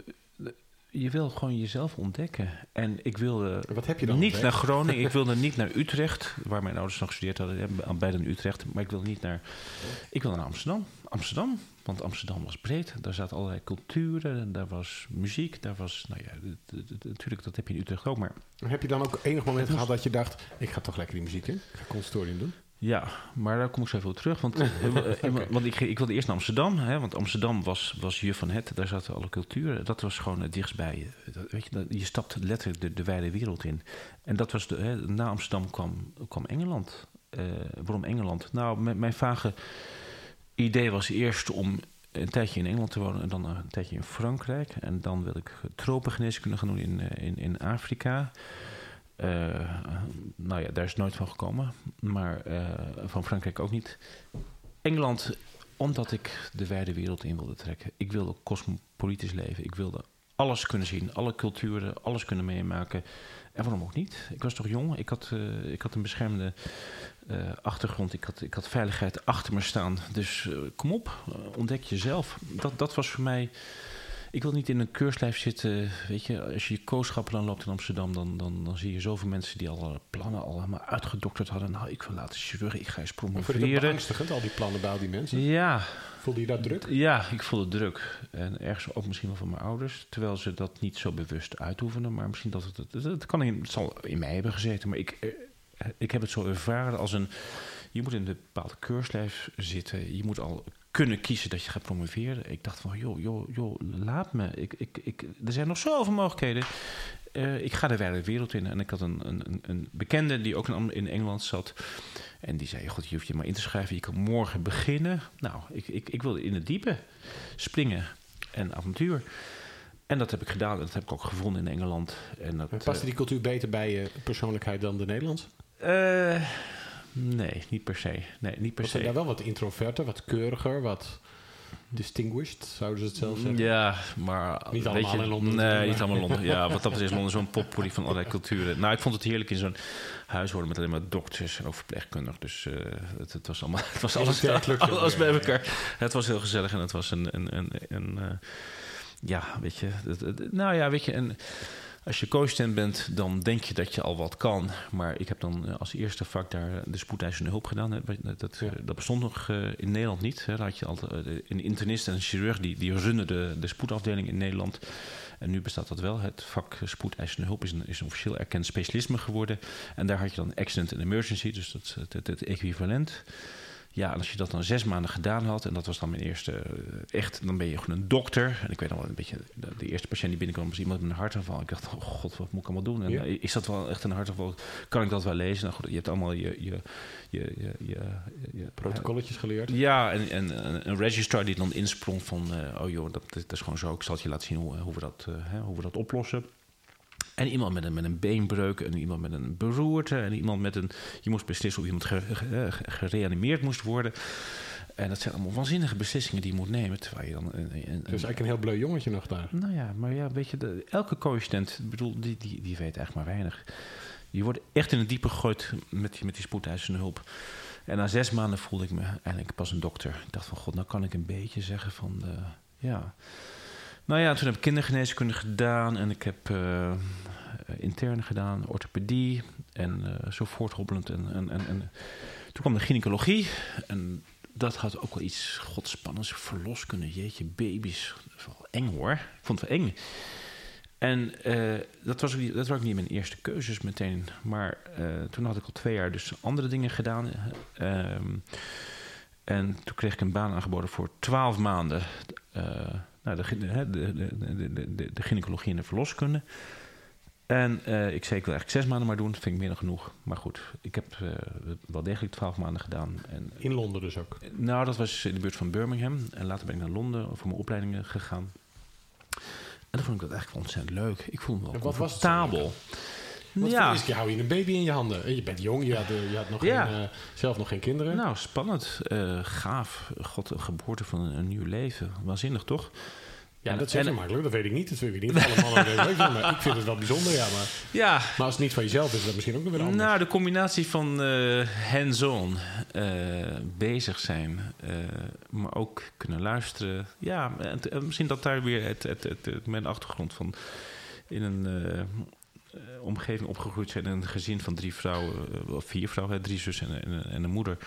Je wil gewoon jezelf ontdekken. En ik wilde Wat heb je dan niet ontdekt? naar Groningen, ik wilde niet naar Utrecht, waar mijn ouders nog gestudeerd hadden, beide in Utrecht. Maar ik wilde niet naar. Ik wilde naar Amsterdam. Amsterdam, want Amsterdam was breed. Daar zaten allerlei culturen, daar was muziek, daar was. Nou ja, natuurlijk, dat heb je in Utrecht ook. Maar heb je dan ook enig moment gehad dat je dacht: ik ga toch lekker die muziek in? Ik ga conservatorium doen? Ja, maar daar kom ik zo even op terug. Want, okay. want ik, ik wilde eerst naar Amsterdam. Hè, want Amsterdam was, was Juf van Het. Daar zaten alle culturen. Dat was gewoon het dichtstbij. Weet je, je stapt letterlijk de, de wijde wereld in. En dat was de, hè, na Amsterdam kwam, kwam Engeland. Uh, waarom Engeland? Nou, mijn, mijn vage idee was eerst om een tijdje in Engeland te wonen... en dan een tijdje in Frankrijk. En dan wil ik tropengeneeskunde gaan doen in, in, in Afrika... Uh, nou ja, daar is nooit van gekomen. Maar uh, van Frankrijk ook niet. Engeland, omdat ik de wijde wereld in wilde trekken. Ik wilde cosmopolitisch leven. Ik wilde alles kunnen zien. Alle culturen, alles kunnen meemaken. En waarom ook niet? Ik was toch jong. Ik had, uh, ik had een beschermde uh, achtergrond. Ik had, ik had veiligheid achter me staan. Dus uh, kom op, uh, ontdek jezelf. Dat, dat was voor mij... Ik wil niet in een keurslijf zitten. Weet je, als je je kooschappen dan loopt in Amsterdam... Dan, dan, dan zie je zoveel mensen die al plannen al helemaal uitgedokterd hadden. Nou, ik wil laten chirurgen, ik ga eens promoveren. Vond je dat beangstigend, al die plannen bij al die mensen? Ja. Voelde je dat druk? Ja, ik voelde druk. En ergens ook misschien wel van mijn ouders. Terwijl ze dat niet zo bewust uitoefenen. Maar misschien dat het... Het, het, kan in, het zal in mij hebben gezeten. Maar ik, ik heb het zo ervaren als een... Je moet in een bepaalde keurslijf zitten. Je moet al... kunnen kiezen dat je gaat promoveren. Ik dacht van, joh, joh, joh, laat me. Ik, ik, ik, er zijn nog zoveel mogelijkheden. Uh, ik ga de wijde wereld in. En ik had een, een, een bekende die ook in, in Engeland zat. En die zei, god, je hoeft je maar in te schrijven. Je kan morgen beginnen. Nou, ik, ik, ik wilde in het diepe springen. En avontuur. En dat heb ik gedaan. En dat heb ik ook gevonden in Engeland. En dat, paste die cultuur beter bij je persoonlijkheid dan de Nederlands? Uh, Nee, niet per se. Nee, niet per was se. daar wel wat introverter, wat keuriger, wat... distinguished, zouden ze het zelf zeggen. Ja, maar... Niet weet allemaal je, in Londen. Nee, niet allemaal in Londen. Ja, wat dat betreft is Londen zo'n potpourri van allerlei culturen. Nou, ik vond het heerlijk in zo'n huis worden met alleen maar dokters en ook verpleegkundigen. Dus uh, het, het was allemaal... Het was alles, alles, alles bij elkaar. Ja. Het was heel gezellig en het was een... een, een, een uh, ja, weet je... Het, het, nou ja, weet je... Een, als je co-assistent bent, dan denk je dat je al wat kan. Maar ik heb dan als eerste vak daar de spoedeisende hulp gedaan. Dat, ja. dat bestond nog uh, in Nederland niet. Hè. Daar had je altijd uh, een internist en een chirurg die, die runnen de, de spoedafdeling in Nederland. En nu bestaat dat wel. Het vak spoedeisende hulp is een, is een officieel erkend specialisme geworden. En daar had je dan accident en emergency, dus dat het, het, het equivalent. Ja, en als je dat dan zes maanden gedaan had, en dat was dan mijn eerste uh, echt, dan ben je gewoon een dokter. En ik weet nog wel een beetje, de, de eerste patiënt die binnenkwam was iemand met een hartaanval. Ik dacht, oh god, wat moet ik allemaal doen? En ja. uh, is dat wel echt een hartaanval? Kan ik dat wel lezen? Nou goed, je hebt allemaal je... je, je, je, je, je protocolletjes geleerd. Ja, en, en een registrar die dan insprong van, uh, oh joh, dat, dat is gewoon zo. Ik zal het je laten zien hoe, hoe, we, dat, uh, hè, hoe we dat oplossen. En iemand met een, met een beenbreuk, en iemand met een beroerte, en iemand met een... Je moest beslissen of iemand gereanimeerd moest worden. En dat zijn allemaal waanzinnige beslissingen die je moet nemen. Terwijl je dan... Een, een, dus eigenlijk een heel bleu jongetje nog daar. Nou ja, maar ja, weet je, de, elke co-assistent, bedoel, die, die, die weet eigenlijk maar weinig. Je wordt echt in het diepe gegooid met die, met die spoedeisende hulp. En na zes maanden voelde ik me eigenlijk pas een dokter. Ik dacht van, god, nou kan ik een beetje zeggen van... De, ja... Nou ja, toen heb ik kindergeneeskunde gedaan en ik heb uh, interne gedaan, orthopedie en uh, zo voorthobbelend. En, en, en, en toen kwam de gynaecologie en dat had ook wel iets godspannends. Verloskunde, jeetje, baby's. Dat was wel eng hoor. Ik vond het wel eng. En uh, dat, was ook niet, dat was ook niet mijn eerste keuzes meteen. Maar uh, toen had ik al twee jaar dus andere dingen gedaan. Uh, en toen kreeg ik een baan aangeboden voor twaalf maanden... Uh, Nou, de, de, de, de, de, de, de gynaecologie en de verloskunde. En uh, ik zei, ik wil eigenlijk zes maanden maar doen. Dat vind ik meer dan genoeg. Maar goed, ik heb uh, wel degelijk twaalf maanden gedaan. En, in Londen dus ook? Nou, dat was in de buurt van Birmingham. En later ben ik naar Londen voor mijn opleidingen gegaan. En dan vond ik dat eigenlijk wel ontzettend leuk. Ik voelde me wel comfortabel. Want ja. voor de eerste keer hou je een baby in je handen. Je bent jong, je had, je had nog ja. geen, uh, zelf nog geen kinderen. Nou, spannend. Uh, gaaf. God, een geboorte van een, een nieuw leven. Waanzinnig, toch? Ja, en, dat zeg je makkelijk. Dat weet ik niet. Dat weet ik niet. Alle mannen weten leuk zijn, maar ik vind het wel bijzonder. Ja, maar, ja. maar als het niet van jezelf is, is dat misschien ook nog weer anders. Nou, de combinatie van uh, hands-on, uh, bezig zijn, uh, maar ook kunnen luisteren. Ja, en, en misschien dat daar weer het, het, het, het, mijn achtergrond van in een... Uh, omgeving opgegroeid zijn in een gezin van drie vrouwen, of vier vrouwen, drie zussen en, en, en een moeder.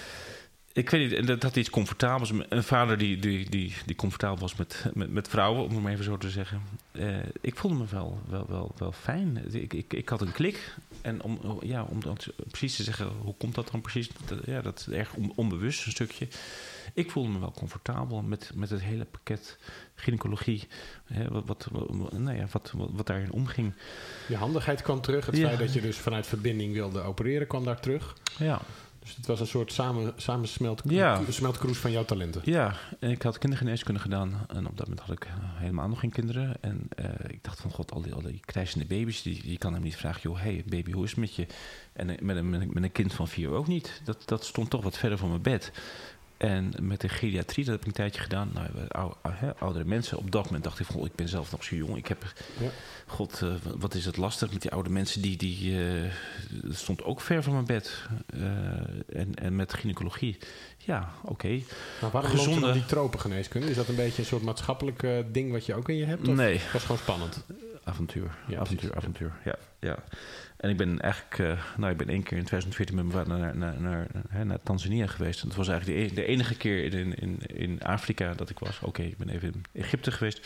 Ik weet niet, dat had iets comfortabels. Een vader die, die, die, die comfortabel was met, met, met vrouwen, om het maar even zo te zeggen. Uh, ik voelde me wel, wel, wel, wel fijn. Ik, ik, ik had een klik. En om, ja, om dan precies te zeggen, hoe komt dat dan precies? Dat, ja, dat is erg on, onbewust, een stukje. Ik voelde me wel comfortabel met, met het hele pakket gynaecologie. Hè, wat, wat, wat, nou ja, wat, wat, wat daarin omging. Je handigheid kwam terug. Het ja. feit dat je dus vanuit verbinding wilde opereren kwam daar terug. Ja. Dus het was een soort samen, samensmeltkroes ja. van jouw talenten. Ja, en ik had kindergeneeskunde gedaan. En op dat moment had ik helemaal nog geen kinderen. En uh, ik dacht van, god, al die, al die krijzende baby's... Die, die kan hem niet vragen, joh, hey baby, hoe is het met je? En met een, met een kind van vier ook niet. Dat, dat stond toch wat verder van mijn bed. En met de geriatrie, dat heb ik een tijdje gedaan. Nou, oude, oudere mensen. Op dat moment dacht ik van, ik ben zelf nog zo jong. Ik heb, ja. god, uh, wat is het lastig met die oude mensen. Die, die uh, stond ook ver van mijn bed. Uh, en, en met gynaecologie. Ja, oké. Okay. Maar waarom Gezonde... loop je dan die tropengeneeskunde? Is dat een beetje een soort maatschappelijk uh, ding wat je ook in je hebt? Of nee. Dat was gewoon spannend? Avontuur. Ja, avontuur, precies. avontuur. Ja, ja. En ik ben eigenlijk, uh, nou, ik ben één keer in twintig veertien met mijn vader naar, naar, naar, naar, naar Tanzania geweest. En dat was eigenlijk de, de enige keer in, in, in Afrika dat ik was. Oké, okay, ik ben even in Egypte geweest.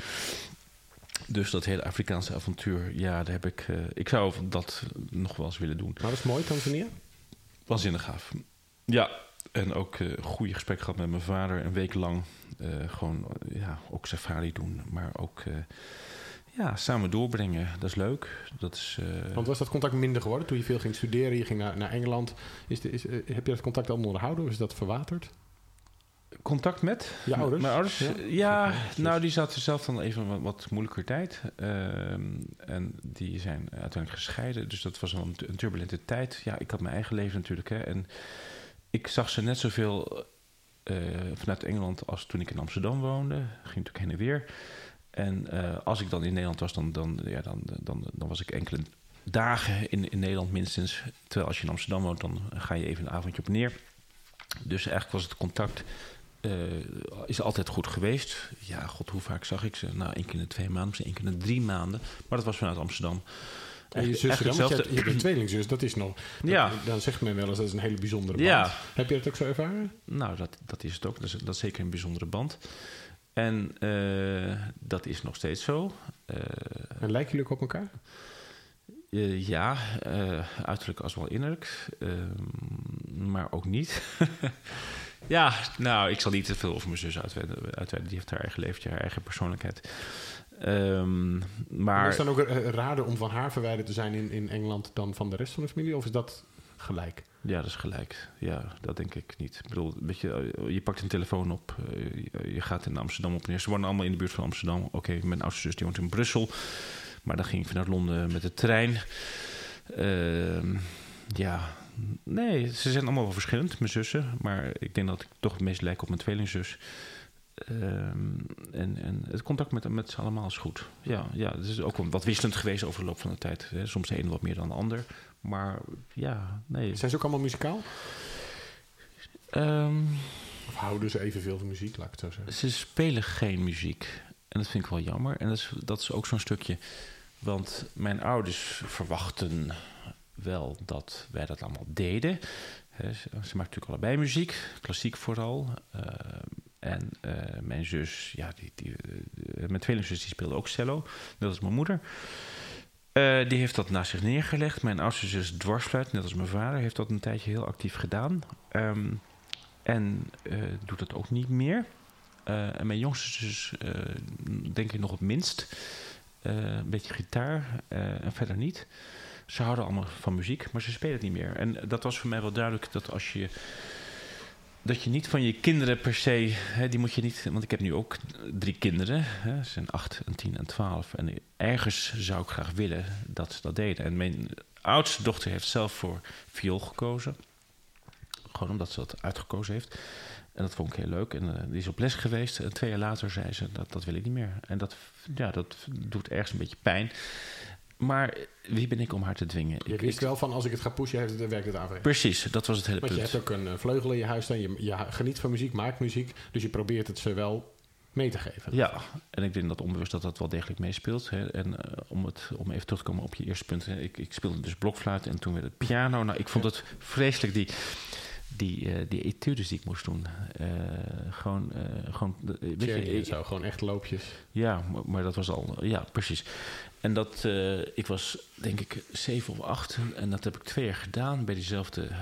Dus dat hele Afrikaanse avontuur, ja, daar heb ik... Uh, ik zou dat nog wel eens willen doen. Maar dat is mooi, Tanzania? Waanzinnig gaaf. Ja, en ook uh, goede gesprek gehad met mijn vader. Een week lang uh, gewoon, uh, ja, ook safari doen. Maar ook... Uh, Ja, samen doorbrengen, dat is leuk. Dat is, uh... Want was dat contact minder geworden toen je veel ging studeren? Je ging naar, naar Engeland. Is de, is, uh, heb je dat contact allemaal onderhouden of is dat verwaterd? Contact met? Je ouders? Mijn ouders? Ja, ja, ja nou die zaten zelf dan even wat, wat moeilijker tijd. Uh, en die zijn uiteindelijk gescheiden. Dus dat was wel een, een turbulente tijd. Ja, ik had mijn eigen leven natuurlijk. Hè, en ik zag ze net zoveel... uh, vanuit Engeland als toen ik in Amsterdam woonde. Ging natuurlijk heen en weer. En uh, als ik dan in Nederland was, dan, dan, ja, dan, dan, dan was ik enkele dagen in, in Nederland minstens. Terwijl als je in Amsterdam woont, dan ga je even een avondje op neer. Dus eigenlijk was het contact uh, is altijd goed geweest. Ja, god, hoe vaak zag ik ze? Nou, één keer in de twee maanden, misschien één keer in de drie maanden. Maar dat was vanuit Amsterdam. En je zus dan? Je, je hebt een tweelingzus, dat is nog... Dat, ja. Dan zegt men wel eens, dat is een hele bijzondere band. Ja. Heb je dat ook zo ervaren? Nou, dat, dat is het ook. Dat is, dat is zeker een bijzondere band. En uh, dat is nog steeds zo. Uh, en lijken jullie ook op elkaar? Uh, ja, uh, uiterlijk als wel innerlijk. Uh, maar ook niet. Ja, nou, ik zal niet te veel over mijn zus uitweiden. uitweiden. Die heeft haar eigen leventje, haar eigen persoonlijkheid. Um, maar... Is het dan ook raarder om van haar verwijderd te zijn in, in Engeland dan van de rest van de familie? Of is dat gelijk? Ja, dat is gelijk. Ja, dat denk ik niet. Ik bedoel, weet je, je pakt een telefoon op. Je, je gaat in Amsterdam op neer. Ze wonen allemaal in de buurt van Amsterdam. Oké, okay, mijn oudste zus die woont in Brussel. Maar dan ging ik vanuit Londen met de trein. Uh, ja, nee, ze zijn allemaal wel verschillend, mijn zussen. Maar ik denk dat ik toch het meest lijk op mijn tweelingzus. Um, en, en het contact met, met ze allemaal is goed. Ja, ja, het is ook wat wisselend geweest over de loop van de tijd. Hè. Soms de een wat meer dan de ander. Maar ja, nee. Zijn ze ook allemaal muzikaal? Um, of houden ze evenveel van muziek, laat ik het zo zeggen? Ze spelen geen muziek. En dat vind ik wel jammer. En dat is, dat is ook zo'n stukje. Want mijn ouders verwachten wel dat wij dat allemaal deden. He, ze, ze maken natuurlijk allebei muziek. Klassiek vooral. Uh, En uh, mijn zus, ja, die, die, uh, mijn tweelingzus die speelde ook cello. Dat is mijn moeder. Uh, die heeft dat naast zich neergelegd. Mijn oudste zus dwarsfluit, net als mijn vader, heeft dat een tijdje heel actief gedaan. Um, en uh, doet dat ook niet meer. Uh, en mijn jongste zus, uh, denk ik nog het minst. Uh, een beetje gitaar uh, en verder niet. Ze houden allemaal van muziek, maar ze spelen het niet meer. En dat was voor mij wel duidelijk dat als je... dat je niet van je kinderen per se... Hè, die moet je niet... Want ik heb nu ook drie kinderen. Hè, ze zijn acht, en tien en twaalf. En ergens zou ik graag willen dat ze dat deden. En mijn oudste dochter heeft zelf voor viool gekozen. Gewoon omdat ze dat uitgekozen heeft. En dat vond ik heel leuk. En uh, die is op les geweest. En twee jaar later zei ze, dat, dat wil ik niet meer. En dat, ja, dat doet ergens een beetje pijn. Maar wie ben ik om haar te dwingen? Je wist wel van, als ik het ga pushen, dan werkt het aan. Precies, dat was het hele Want punt. Je hebt ook een vleugel in je huis staan. Je, je geniet van muziek, maakt muziek. Dus je probeert het ze wel mee te geven. Ja, en ik denk dat onbewust dat dat wel degelijk meespeelt. Hè. En uh, om, het, om even terug te komen op je eerste punt. Hè. Ik, ik speelde dus blokfluit en toen werd het piano. Nou, ik vond het vreselijk, die... Die, uh, die etudes die ik moest doen. Uh, gewoon... Uh, gewoon weet je, ik, zo, gewoon echt loopjes. Ja, maar, maar dat was al... Ja, precies. En dat... Uh, ik was, denk ik, zeven of acht. En dat heb ik twee jaar gedaan bij diezelfde uh,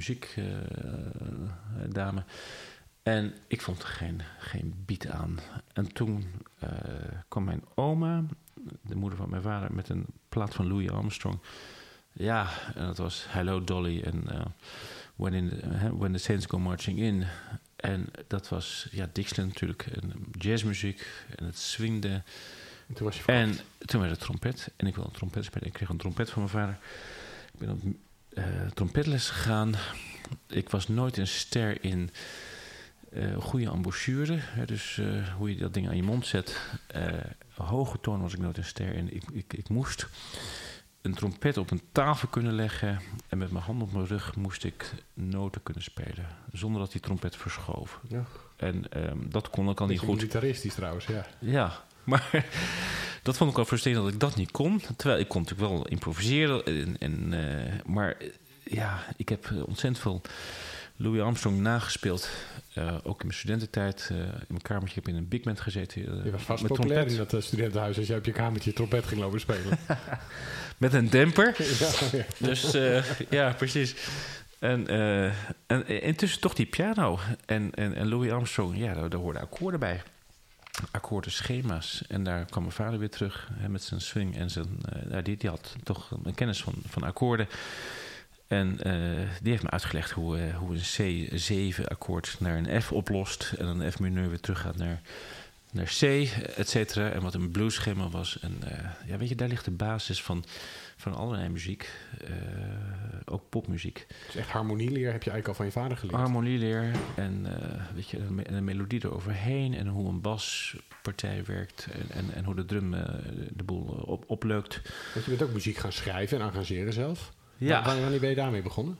muziekdame. Uh, en ik vond er geen, geen beat aan. En toen uh, kwam mijn oma, de moeder van mijn vader, met een plaat van Louis Armstrong. Ja, en dat was Hello Dolly en... Uh, When, in the, uh, when the Saints Go Marching In. En dat was, ja, Dixieland natuurlijk. En jazzmuziek. En het swingde. En toen was je En toen werd het trompet. En ik wilde een trompet spelen. Ik kreeg een trompet van mijn vader. Ik ben op uh, trompetles gegaan. Ik was nooit een ster in uh, goede embouchure. Hè, dus uh, hoe je dat ding aan je mond zet. Uh, hoge toon was ik nooit een ster in. Ik, ik, ik moest... een trompet op een tafel kunnen leggen... en met mijn hand op mijn rug moest ik noten kunnen spelen. Zonder dat die trompet verschoof. Ja. En um, dat kon ik al niet goed. Gitaristisch trouwens, ja. Ja, maar dat vond ik al frustrerend dat ik dat niet kon. Terwijl ik kon natuurlijk wel improviseren. En, en, uh, maar ja, ik heb ontzettend veel Louis Armstrong nagespeeld. Uh, ook in mijn studententijd. Uh, in mijn kamertje heb ik in een big band gezeten. Uh, je was vast populair trompet. In dat uh, studentenhuis... als je op je kamertje trompet ging lopen spelen. Met een demper. Ja, ja. Dus uh, ja, precies. En, uh, en intussen toch die piano. En, en, en Louis Armstrong, ja, daar, daar hoorden akkoorden bij. Akkoorden, schema's. En daar kwam mijn vader weer terug hè, met zijn swing. En zijn, uh, die, die had toch een kennis van, van akkoorden. En uh, die heeft me uitgelegd hoe, uh, hoe een C zeven akkoord naar een F oplost. En een F mineur weer teruggaat naar naar C, et cetera. En wat een bluesschema was. En uh, ja, weet je, daar ligt de basis van, van allerlei muziek. Uh, ook popmuziek. Dus echt harmonieleer heb je eigenlijk al van je vader geleerd? Harmonieleer en uh, weet je, een, me- een melodie eroverheen. En hoe een baspartij werkt. En, en, en hoe de drum uh, de boel op, opleukt. Want je bent ook muziek gaan schrijven en arrangeren zelf. Ja. Wanneer, wanneer ben je daarmee begonnen?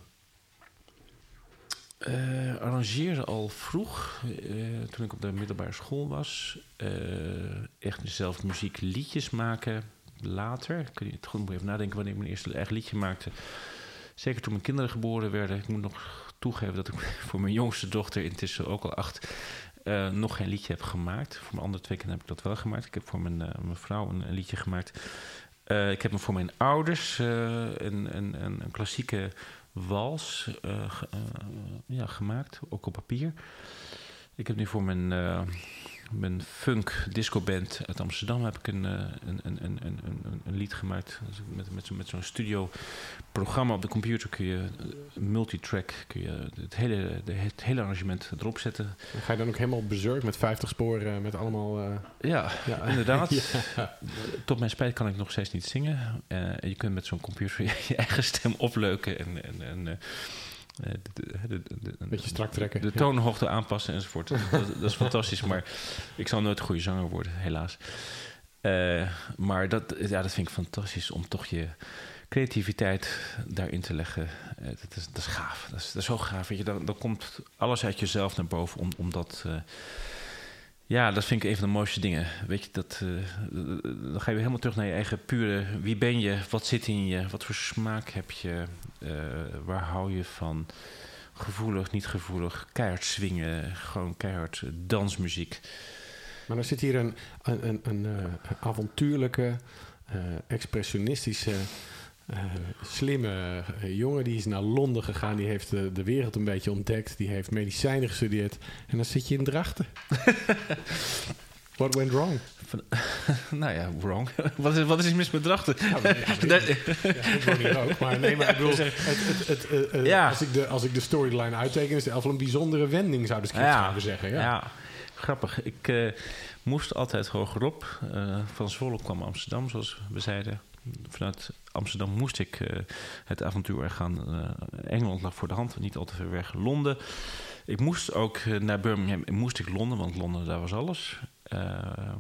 Uh, arrangeren al vroeg, uh, toen ik op de middelbare school was. Uh, echt zelf muziekliedjes maken later. Ik kan niet goed even nadenken wanneer ik mijn eerste eigen liedje maakte. Zeker toen mijn kinderen geboren werden. Ik moet nog toegeven dat ik voor mijn jongste dochter, intussen ook al acht, uh, nog geen liedje heb gemaakt. Voor mijn andere twee kinderen heb ik dat wel gemaakt. Ik heb voor mijn, uh, mijn vrouw een, een liedje gemaakt. Uh, ik heb me voor mijn ouders uh, een, een, een, een klassieke wals uh, ge, uh, ja, gemaakt, ook op papier. Ik heb nu voor mijn, uh, mijn funk discoband uit Amsterdam heb ik een, uh, een, een, een, een, een, een lied gemaakt. Met, met, zo, met zo'n studio programma op de computer kun je uh, multitrack, kun je het hele, de, het hele arrangement erop zetten. En ga je dan ook helemaal bezurk met vijftig sporen, met allemaal... Uh... Ja, ja, inderdaad. Ja. Tot mijn spijt kan ik nog steeds niet zingen. Uh, je kunt met zo'n computer je, je eigen stem opleuken en... en, en uh, De, de, de, de, beetje strak trekken. De, de toonhoogte aanpassen enzovoort. dat, dat is fantastisch, maar ik zal nooit een goede zanger worden, helaas. Uh, maar dat, ja, dat vind ik fantastisch om toch je creativiteit daarin te leggen. Uh, dat, is, dat is gaaf. Dat is, dat is zo gaaf. Weet je, dan, dan komt alles uit jezelf naar boven. Om, om dat, uh, ja, dat vind ik een van de mooiste dingen. Weet je, dat, uh, dan ga je weer helemaal terug naar je eigen pure... Wie ben je? Wat zit in je? Wat voor smaak heb je? Uh, waar hou je van? Gevoelig, niet gevoelig, keihard swingen, gewoon keihard dansmuziek. Maar dan zit hier een, een, een, een uh, avontuurlijke, uh, expressionistische, uh, slimme uh, jongen. Die is naar Londen gegaan, die heeft uh, de wereld een beetje ontdekt. Die heeft medicijnen gestudeerd. En dan zit je in Drachten. What went wrong? Van, nou ja, wrong. wat, is, wat is er mis met Drachten? Ja, maar, ja, dat, ja, ik woon hier ook. Maar nee, maar ik bedoel, het, het, het, het, uh, ja. als, ik de, als ik de storyline uitteken, is het wel een bijzondere wending, zou de scriptschrijver ja. zeggen. Ja. ja, grappig. Ik uh, moest altijd hogerop. Uh, van Zwolle kwam Amsterdam, zoals we zeiden. Vanuit Amsterdam moest ik uh, het avontuur gaan. Uh, Engeland lag voor de hand, niet al te ver weg. Londen. Ik moest ook uh, naar Birmingham. Moest ik Londen, want Londen, daar was alles. Uh,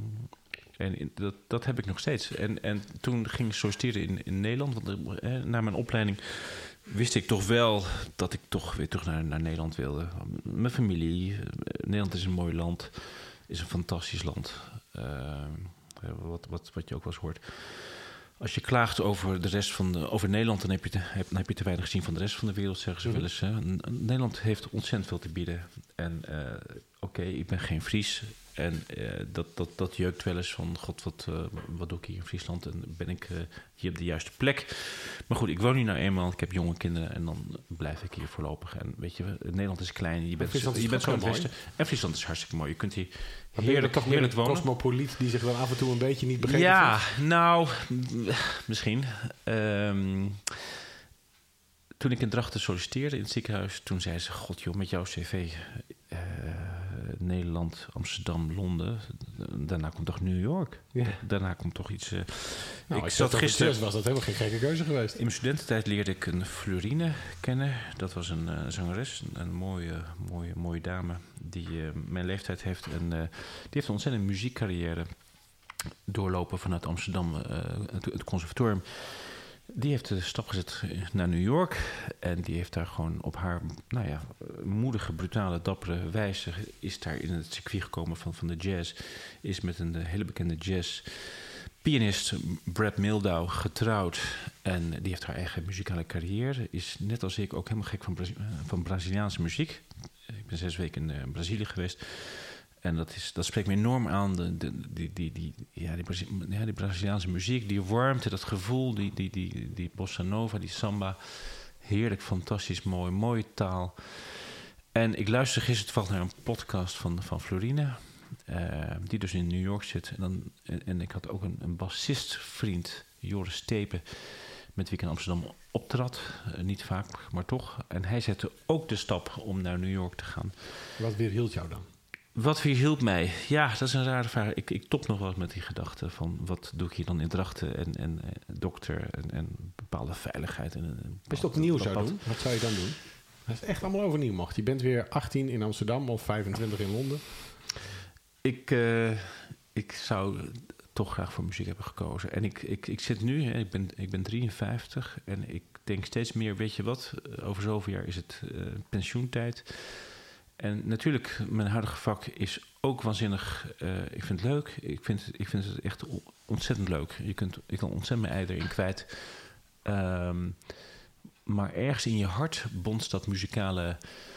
en dat, dat heb ik nog steeds. En, en toen ging ik solliciteren in, in Nederland. Want eh, na mijn opleiding wist ik toch wel dat ik toch weer terug naar, naar Nederland wilde. Mijn familie. Nederland is een mooi land. Is een fantastisch land. Uh, wat, wat, wat je ook wel eens hoort. Als je klaagt over de rest van de, over Nederland, dan heb je, te, heb, dan heb je te weinig gezien van de rest van de wereld, zeggen ze mm-hmm. wel eens. Hè. Nederland heeft ontzettend veel te bieden. En uh, oké, okay, ik ben geen Fries. En uh, dat, dat, dat jeukt wel eens van, god, wat, uh, wat doe ik hier in Friesland? En ben ik uh, hier op de juiste plek? Maar goed, ik woon hier nou eenmaal, ik heb jonge kinderen en dan blijf ik hier voorlopig. En weet je, Nederland is klein, je bent, je bent zo in het westen. En Friesland is hartstikke mooi. Je kunt hier heerlijk, toch heerlijk wonen. Een cosmopoliet die zich wel af en toe een beetje niet begrepen Ja, vindt. nou, misschien. Um, toen ik in Drachten solliciteerde in het ziekenhuis, toen zei ze, god joh, met jouw cv... Uh, Nederland, Amsterdam, Londen. Daarna komt toch New York? Ja. Daarna komt toch iets... Uh, nou, ik zat gisteren... was dat helemaal geen gekke keuze geweest. In mijn studententijd leerde ik een Florine kennen. Dat was een uh, zangeres, een, een mooie, mooie, mooie dame die uh, mijn leeftijd heeft. En uh, die heeft een ontzettende muziekcarrière doorlopen vanuit Amsterdam, uh, het, het conservatorium. Die heeft de stap gezet naar New York. En die heeft daar gewoon op haar nou ja, moedige, brutale, dappere wijze... is daar in het circuit gekomen van, van de jazz. Is met een hele bekende jazzpianist, Brad Mehldau, getrouwd. En die heeft haar eigen muzikale carrière. Is net als ik ook helemaal gek van, Brazi- van Braziliaanse muziek. Ik ben zes weken in uh, Brazilië geweest. En dat, is, dat spreekt me enorm aan, de, de, die, die, die, ja, die, Brazi- ja, die Braziliaanse muziek, die warmte, dat gevoel, die, die, die, die bossa nova, die samba. Heerlijk, fantastisch, mooi, mooie taal. En ik luisterde gisteren toevallig naar een podcast van, van Florine, uh, die dus in New York zit. En, dan, en, en ik had ook een, een bassistvriend, Joris Stepen, met wie ik in Amsterdam optrad. Uh, niet vaak, maar toch. En hij zette ook de stap om naar New York te gaan. Wat weerhield jou dan? Wat weerhield mij? Ja, dat is een rare vraag. Ik, ik top nog wel eens met die gedachte van... wat doe ik hier dan in Drachten en, en, en dokter en, en bepaalde veiligheid. En, en Als je het opnieuw zou doen, wat zou je dan doen? Dat is echt allemaal overnieuw mocht. Je bent weer achttien in Amsterdam of vijfentwintig in Londen. Ik, uh, ik zou toch graag voor muziek hebben gekozen. En ik, ik, ik zit nu, hè, ik, ben, ik ben drieënvijftig... en ik denk steeds meer, weet je wat... over zoveel jaar is het uh, pensioentijd... En natuurlijk, mijn huidige vak is ook waanzinnig. Uh, ik vind het leuk. Ik vind, ik vind het echt ontzettend leuk. Je kunt, ik kan ontzettend mijn ei erin kwijt. Um, maar ergens in je hart bonst dat muzikale...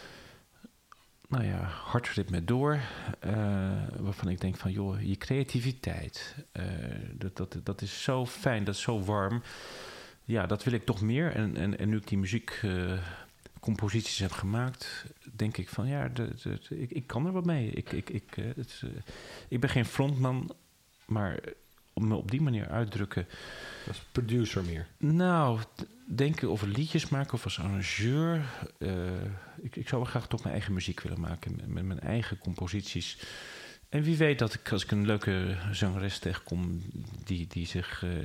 nou ja, hartritme door. Uh, waarvan ik denk van, joh, je creativiteit. Uh, dat, dat, dat is zo fijn, dat is zo warm. Ja, dat wil ik toch meer. En, en, en nu ik die muziek... Uh, composities heb gemaakt, denk ik van ja, de, de, de, ik, ik kan er wat mee. Ik, ik, ik, uh, het, uh, ik ben geen frontman, maar om me op die manier uitdrukken... Als producer meer? Nou, denken over liedjes maken of als arrangeur. Uh, ik, ik zou wel graag toch mijn eigen muziek willen maken, met, met mijn eigen composities. En wie weet dat ik, als ik een leuke zangeres tegenkom, die, die zich... Uh,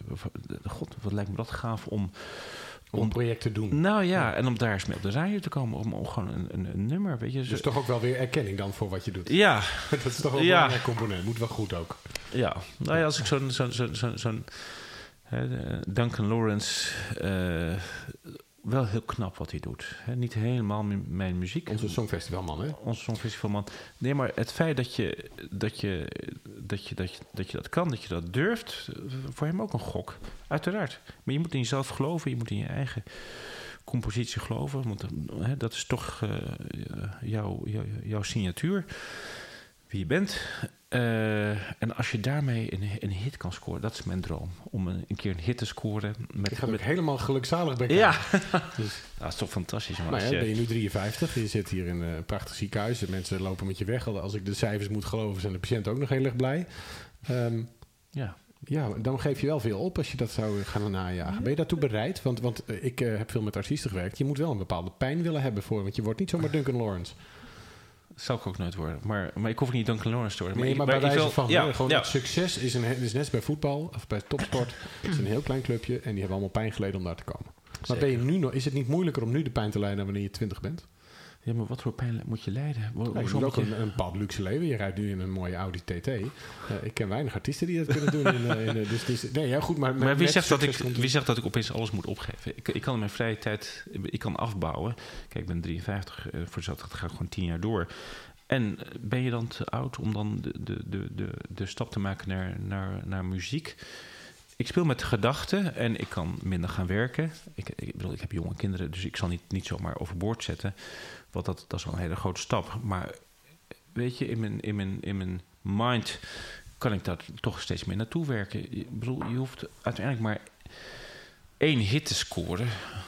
God, wat lijkt me dat gaaf om... Om een project te doen. Nou ja, ja, en om daar eens mee op de radio te komen. Om, om gewoon een, een, een nummer, weet je. Dus toch ook wel weer erkenning dan voor wat je doet. Ja. Dat is toch wel een ja. belangrijk component. Moet wel goed ook. Ja. Nou ja, als ik zo'n... zo'n, zo'n, zo'n, zo'n hè, Duncan Lawrence... Uh, wel heel knap wat hij doet. Hè, niet helemaal m- mijn muziek. Onze Songfestivalman, hè? Onze Songfestivalman. Nee, maar het feit dat je dat, je, dat, je, dat, je, dat je dat kan, dat je dat durft... voor hem ook een gok. Uiteraard. Maar je moet in jezelf geloven. Je moet in je eigen compositie geloven. Want, hè, dat is toch uh, jouw, jouw, jouw signatuur. Wie je bent. Uh, en als je daarmee een, een hit kan scoren, dat is mijn droom. Om een, een keer een hit te scoren. Met, je gaat met ook helemaal gelukzalig bij ja. dus, dat is toch fantastisch. Maar nou ja, je, ben je nu drieënvijftig, je zit hier in een prachtig ziekenhuis. De mensen lopen met je weg. Als ik de cijfers moet geloven, zijn de patiënten ook nog heel erg blij. Um, ja. Ja, dan geef je wel veel op als je dat zou gaan najagen. Ben je daartoe bereid? Want, want ik uh, heb veel met artiesten gewerkt. Je moet wel een bepaalde pijn willen hebben voor, want je wordt niet zomaar Duncan Lawrence. Dat zal ik ook nooit worden. Maar, maar ik hoef niet Duncan Lawrence te worden. Nee, maar, maar bij wijze wil, van, ja, hè, gewoon ja. het succes is, een, is net bij voetbal of bij topsport. Het is een heel klein clubje en die hebben allemaal pijn geleden om daar te komen. Zeker. Maar ben je nu nog, is het niet moeilijker om nu de pijn te lijden dan wanneer je twintig bent? Ja, maar wat voor pijn moet je lijden? Hoe, ja, je moet ook je... een, een bepaald luxe leven. Je rijdt nu in een mooie Audi T T. Uh, ik ken weinig artiesten die dat kunnen doen. In, uh, in, uh, dus, dus, nee, ja, goed, maar maar wie, zegt dat ik, wie zegt dat ik opeens alles moet opgeven? Ik, ik kan in mijn vrije tijd ik kan afbouwen. Kijk, ik ben drieënvijftig. Uh, voor dat ga ik gewoon tien jaar door. En ben je dan te oud om dan de, de, de, de, de stap te maken naar, naar, naar muziek? Ik speel met de gedachten en ik kan minder gaan werken. Ik, ik bedoel, ik heb jonge kinderen, dus ik zal niet, niet zomaar overboord zetten. Want dat, dat is wel een hele grote stap. Maar weet je, in mijn, in mijn, in mijn mind kan ik daar toch steeds meer naartoe werken. Ik bedoel, je hoeft uiteindelijk maar één hit te scoren.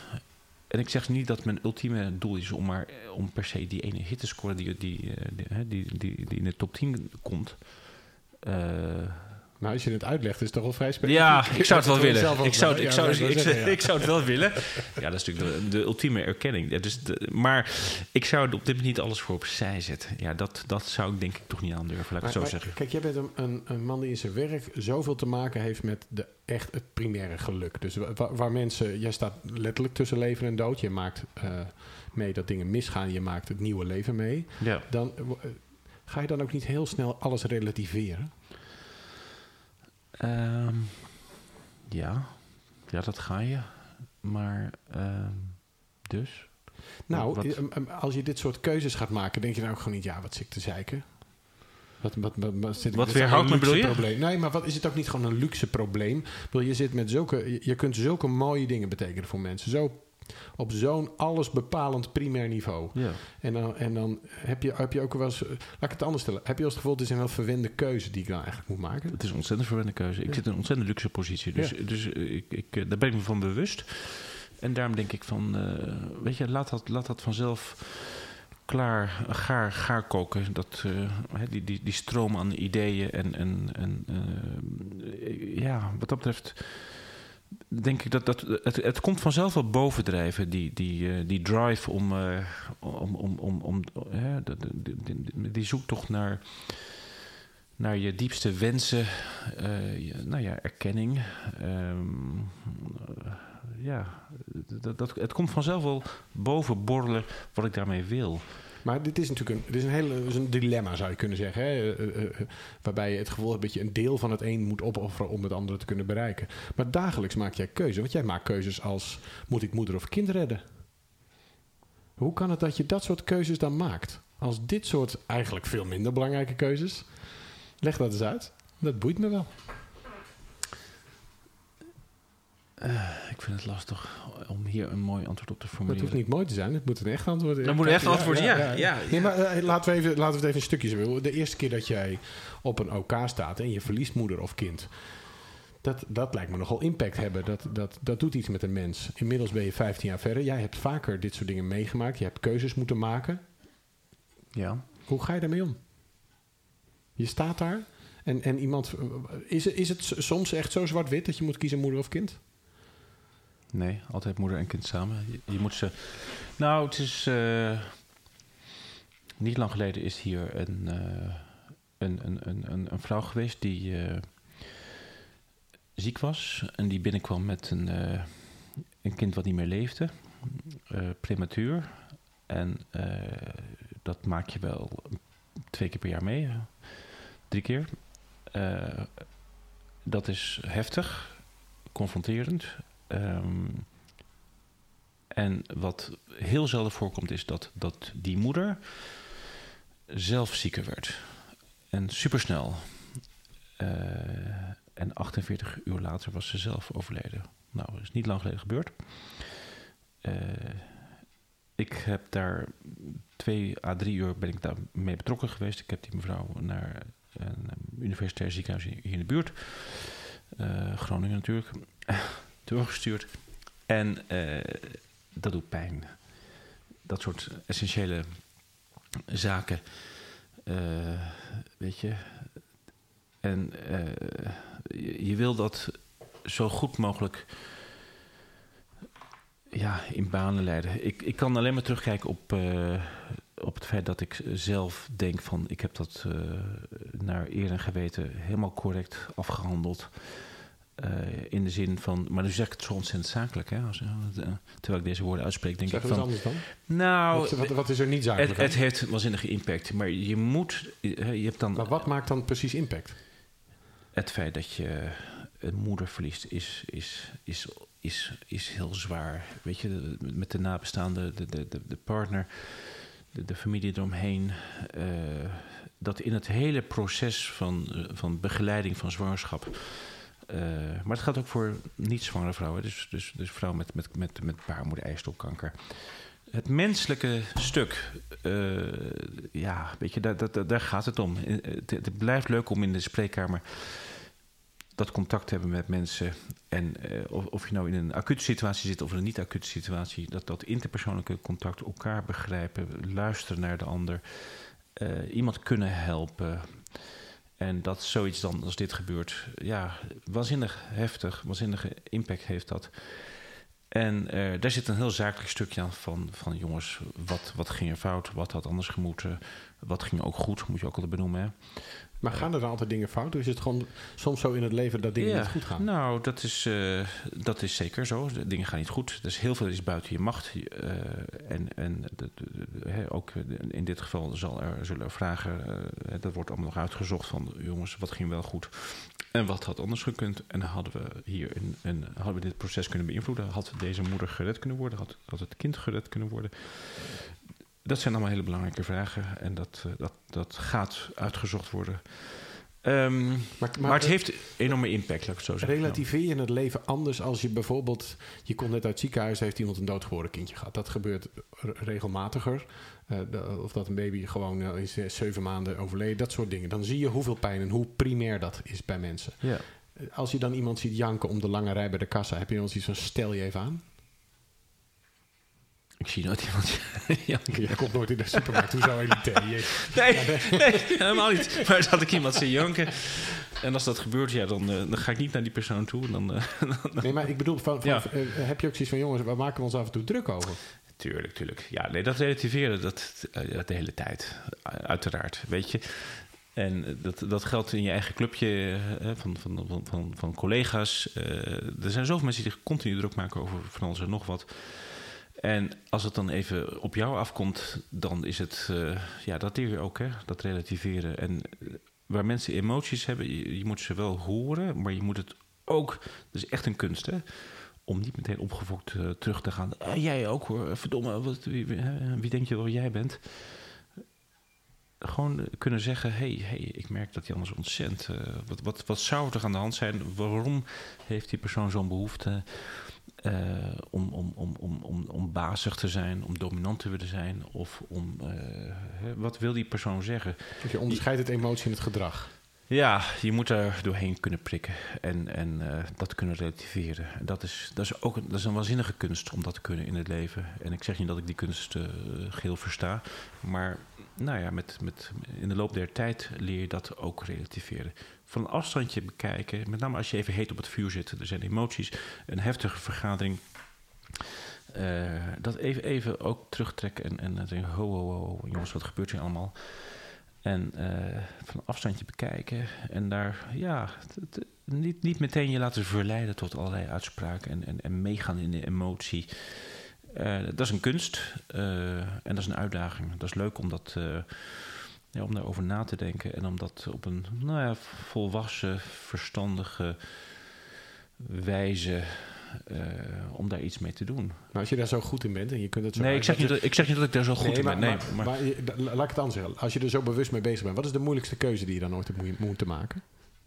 En ik zeg niet dat mijn ultieme doel is om maar om per se die ene hit te scoren die, die, die, die, die, die in de top tien komt. Uh, Nou, als je het uitlegt, is het toch wel vrij specifiek. Ja, ik zou het wel willen. Ik zou, ja, ik, zou, ja, ik, zeggen, zou, ja. ik zou het wel willen. Ja, dat is natuurlijk de, de ultieme erkenning. Ja, dus de, maar ik zou op dit moment niet alles voor opzij zetten. Ja, dat, dat zou ik denk ik toch niet aandurven, laat ik het zo maar, zeggen. Kijk, jij bent een, een, een man die in zijn werk zoveel te maken heeft met de, echt het primaire geluk. Dus waar, waar mensen... Jij staat letterlijk tussen leven en dood. Je maakt uh, mee dat dingen misgaan. Je maakt het nieuwe leven mee. Ja. Dan uh, ga je dan ook niet heel snel alles relativeren? Um, ja. ja, dat ga je. Maar um, dus? Nou, wat? als je dit soort keuzes gaat maken, denk je dan ook gewoon niet... Ja, wat zit ik te zeiken? Wat, wat, wat, wat, zit wat ik, weerhoudt me, bedoel je? Probleem. Nee, maar wat is het ook niet gewoon een luxe probleem? Bedoel, je, zit met zulke, je kunt zulke mooie dingen betekenen voor mensen. Zo... Op zo'n allesbepalend primair niveau. Ja. En dan, en dan heb, je, heb je ook wel eens... Laat ik het anders stellen. Heb je als het gevoel, het is een heel verwende keuze die ik dan eigenlijk moet maken? Het is een ontzettend verwende keuze. Ik ja. zit in een ontzettend luxe positie. Dus, ja. dus ik, ik, daar ben ik me van bewust. En daarom denk ik van... Uh, weet je, laat dat, laat dat vanzelf klaar, gaar, gaar koken. Dat, uh, die, die, die stroom aan ideeën. En, en, en uh, ja, wat dat betreft... denk ik dat, dat het, het komt vanzelf wel bovendrijven, die, die, uh, die drive om, uh, om, om, om, om uh, de, de, de, die zoektocht naar, naar je diepste wensen, uh, je, nou ja, erkenning. Um, uh, ja, dat, dat, het komt vanzelf wel boven borrelen wat ik daarmee wil. Maar dit is natuurlijk een, dit is een, hele, is een dilemma, zou je kunnen zeggen. Hè? Uh, uh, uh, waarbij je het gevoel hebt dat je een deel van het een moet opofferen om het andere te kunnen bereiken. Maar dagelijks maak jij keuze. Want jij maakt keuzes als, moet ik moeder of kind redden? Hoe kan het dat je dat soort keuzes dan maakt? Als dit soort eigenlijk veel minder belangrijke keuzes. Leg dat eens uit. Dat boeit me wel. Uh, ik vind het lastig om hier een mooi antwoord op te formuleren. Maar het hoeft niet mooi te zijn. Het moet een echt antwoord zijn. Dat moet een echt antwoord zijn, ja. ja, ja, ja. Nee, maar uh, laten, we even, laten we het even in stukjes hebben. De eerste keer dat jij op een O K staat en je verliest moeder of kind. Dat, dat lijkt me nogal impact hebben. Dat, dat, dat doet iets met een mens. Inmiddels ben je vijftien jaar verder. Jij hebt vaker dit soort dingen meegemaakt. Je hebt keuzes moeten maken. Ja. Hoe ga je daarmee om? Je staat daar en, en iemand... Is, is het soms echt zo zwart-wit dat je moet kiezen moeder of kind? Nee, altijd moeder en kind samen. Je, je moet ze... Nou, het is... Uh, niet lang geleden is hier een, uh, een, een, een, een vrouw geweest die uh, ziek was. En die binnenkwam met een, uh, een kind wat niet meer leefde. Uh, prematuur. En uh, dat maak je wel twee keer per jaar mee. Uh, drie keer. Uh, dat is heftig. Confronterend. Um, en wat heel zelden voorkomt is dat, dat die moeder zelf zieker werd. En supersnel. Uh, en achtenveertig uur later was ze zelf overleden. Nou, dat is niet lang geleden gebeurd. Uh, ik heb daar twee à drie uur ben ik daar mee betrokken geweest. Ik heb die mevrouw naar een universitair ziekenhuis hier in de buurt. Uh, Groningen natuurlijk. Doorgestuurd. En uh, dat doet pijn. Dat soort essentiële zaken. Uh, weet je. En uh, je, je wil dat zo goed mogelijk ja, in banen leiden. Ik, ik kan alleen maar terugkijken op, uh, op het feit dat ik zelf denk van... ik heb dat uh, naar eer en geweten helemaal correct afgehandeld... Uh, in de zin van... Maar nu zeg ik het zo ontzettend zakelijk. Hè? Als, uh, terwijl ik deze woorden uitspreek, denk zeg ik van... Zeg anders dan? Nou... Wat, wat, wat is er niet zakelijk Het, het heeft waanzinnige impact. Maar je moet... Je, je hebt dan... Maar wat maakt dan precies impact? Het feit dat je een moeder verliest is, is, is, is, is heel zwaar. Weet je, met de nabestaanden, de, de, de, de partner, de, de familie eromheen. Uh, dat in het hele proces van, van begeleiding van zwangerschap... Uh, maar het gaat ook voor niet-zwangere vrouwen. Dus, dus, dus vrouwen met, met, met, met baarmoeder-eierstokkanker. Het menselijke stuk, uh, ja, weet je, daar, daar, daar gaat het om. Het, het blijft leuk om in de spreekkamer dat contact te hebben met mensen. En uh, of, of je nou in een acute situatie zit of in een niet-acute situatie... dat dat interpersoonlijke contact, elkaar begrijpen, luisteren naar de ander... Uh, iemand kunnen helpen... En dat zoiets dan als dit gebeurt, ja, waanzinnig heftig, waanzinnige impact heeft dat. En uh, daar zit een heel zakelijk stukje aan van, van jongens, wat, wat ging er fout, wat had anders gemoeten, wat ging ook goed, moet je ook altijd benoemen. Hè? Maar gaan er dan altijd dingen fout? Of is het gewoon soms zo in het leven dat dingen ja, niet goed gaan? Nou, dat is, uh, dat is zeker zo. De dingen gaan niet goed. Dus heel veel is buiten je macht. Uh, en en de, de, de, he, ook in dit geval zal er, zullen er vragen... Uh, dat wordt allemaal nog uitgezocht van... jongens, wat ging wel goed en wat had anders gekund? En hadden we hier een, een, hadden we dit proces kunnen beïnvloeden? Had deze moeder gered kunnen worden? Had, had het kind gered kunnen worden? Dat zijn allemaal hele belangrijke vragen. En dat, dat, dat gaat uitgezocht worden. Um, maar, maar, maar het heeft enorme impact, laat ik het zo zeggen. Relativeer je het leven anders als je bijvoorbeeld... je komt net uit het ziekenhuis, heeft iemand een doodgeboren kindje gehad. Dat gebeurt regelmatiger. Uh, de, of dat een baby gewoon uh, is uh, zeven maanden overleden. Dat soort dingen. Dan zie je hoeveel pijn en hoe primair dat is bij mensen. Ja. Als je dan iemand ziet janken om de lange rij bij de kassa... heb je dan iets van stel je even aan? Ik zie nooit iemand janken. Jij komt nooit in de supermarkt. Hoezo elitair? Nee, ja, nee, nee, helemaal niet. Maar zat ik iemand zien janken. En als dat gebeurt, ja, dan, uh, dan ga ik niet naar die persoon toe. Dan, uh, dan, nee, maar ik bedoel, van, van, ja. uh, heb je ook zoiets van... jongens, waar maken we ons af en toe druk over? Tuurlijk, tuurlijk. Ja, nee, dat relativeren, dat uh, de hele tijd. Uh, uiteraard, weet je. En dat, dat geldt in je eigen clubje uh, van, van, van, van, van collega's. Uh, er zijn zoveel mensen die zich continu druk maken over van alles en nog wat... En als het dan even op jou afkomt, dan is het... Uh, ja, dat leer je ook, hè. Dat relativeren. En uh, waar mensen emoties hebben, je, je moet ze wel horen... maar je moet het ook... Dat is echt een kunst, hè. Om niet meteen opgefokt uh, terug te gaan. Ah, jij ook, hoor. Verdomme, wat, wie, wie, wie denk je wel jij bent? Gewoon kunnen zeggen... Hé, hey, hey, ik merk dat hij anders ontzettend... Uh, wat, wat, wat zou er aan de hand zijn? Waarom heeft die persoon zo'n behoefte... Uh, om, om, om, om, om, om bazig te zijn, om dominant te willen zijn... of om... Uh, hè, wat wil die persoon zeggen? Je onderscheidt het emotie in het gedrag. Ja, je moet daar doorheen kunnen prikken en, en uh, dat kunnen relativeren. En dat is, dat is ook een, dat is een waanzinnige kunst om dat te kunnen in het leven. En ik zeg niet dat ik die kunst uh, geheel versta... maar nou ja, met, met, in de loop der tijd leer je dat ook relativeren. Van een afstandje bekijken, met name als je even heet op het vuur zit... er zijn emoties, een heftige vergadering... Uh, dat even, even ook terugtrekken en, en denken... ho, ho, ho, jongens, wat gebeurt hier allemaal? En uh, van een afstandje bekijken en daar, ja... T, t, niet, niet meteen je laten verleiden tot allerlei uitspraken... en, en, en meegaan in de emotie... Uh, dat is een kunst uh, en dat is een uitdaging. Dat is leuk om dat... Uh, Ja, om daarover na te denken en om dat op een nou ja, volwassen, verstandige wijze... Uh, om daar iets mee te doen. Maar als je daar zo goed in bent en je kunt het zo... Nee, ik zeg, niet dat, ik zeg niet dat ik daar zo goed nee, in ben. Nee, maar, maar, maar, maar laat ik het anders zeggen. Als je er zo bewust mee bezig bent... wat is de moeilijkste keuze die je dan ooit hebt moeten maken?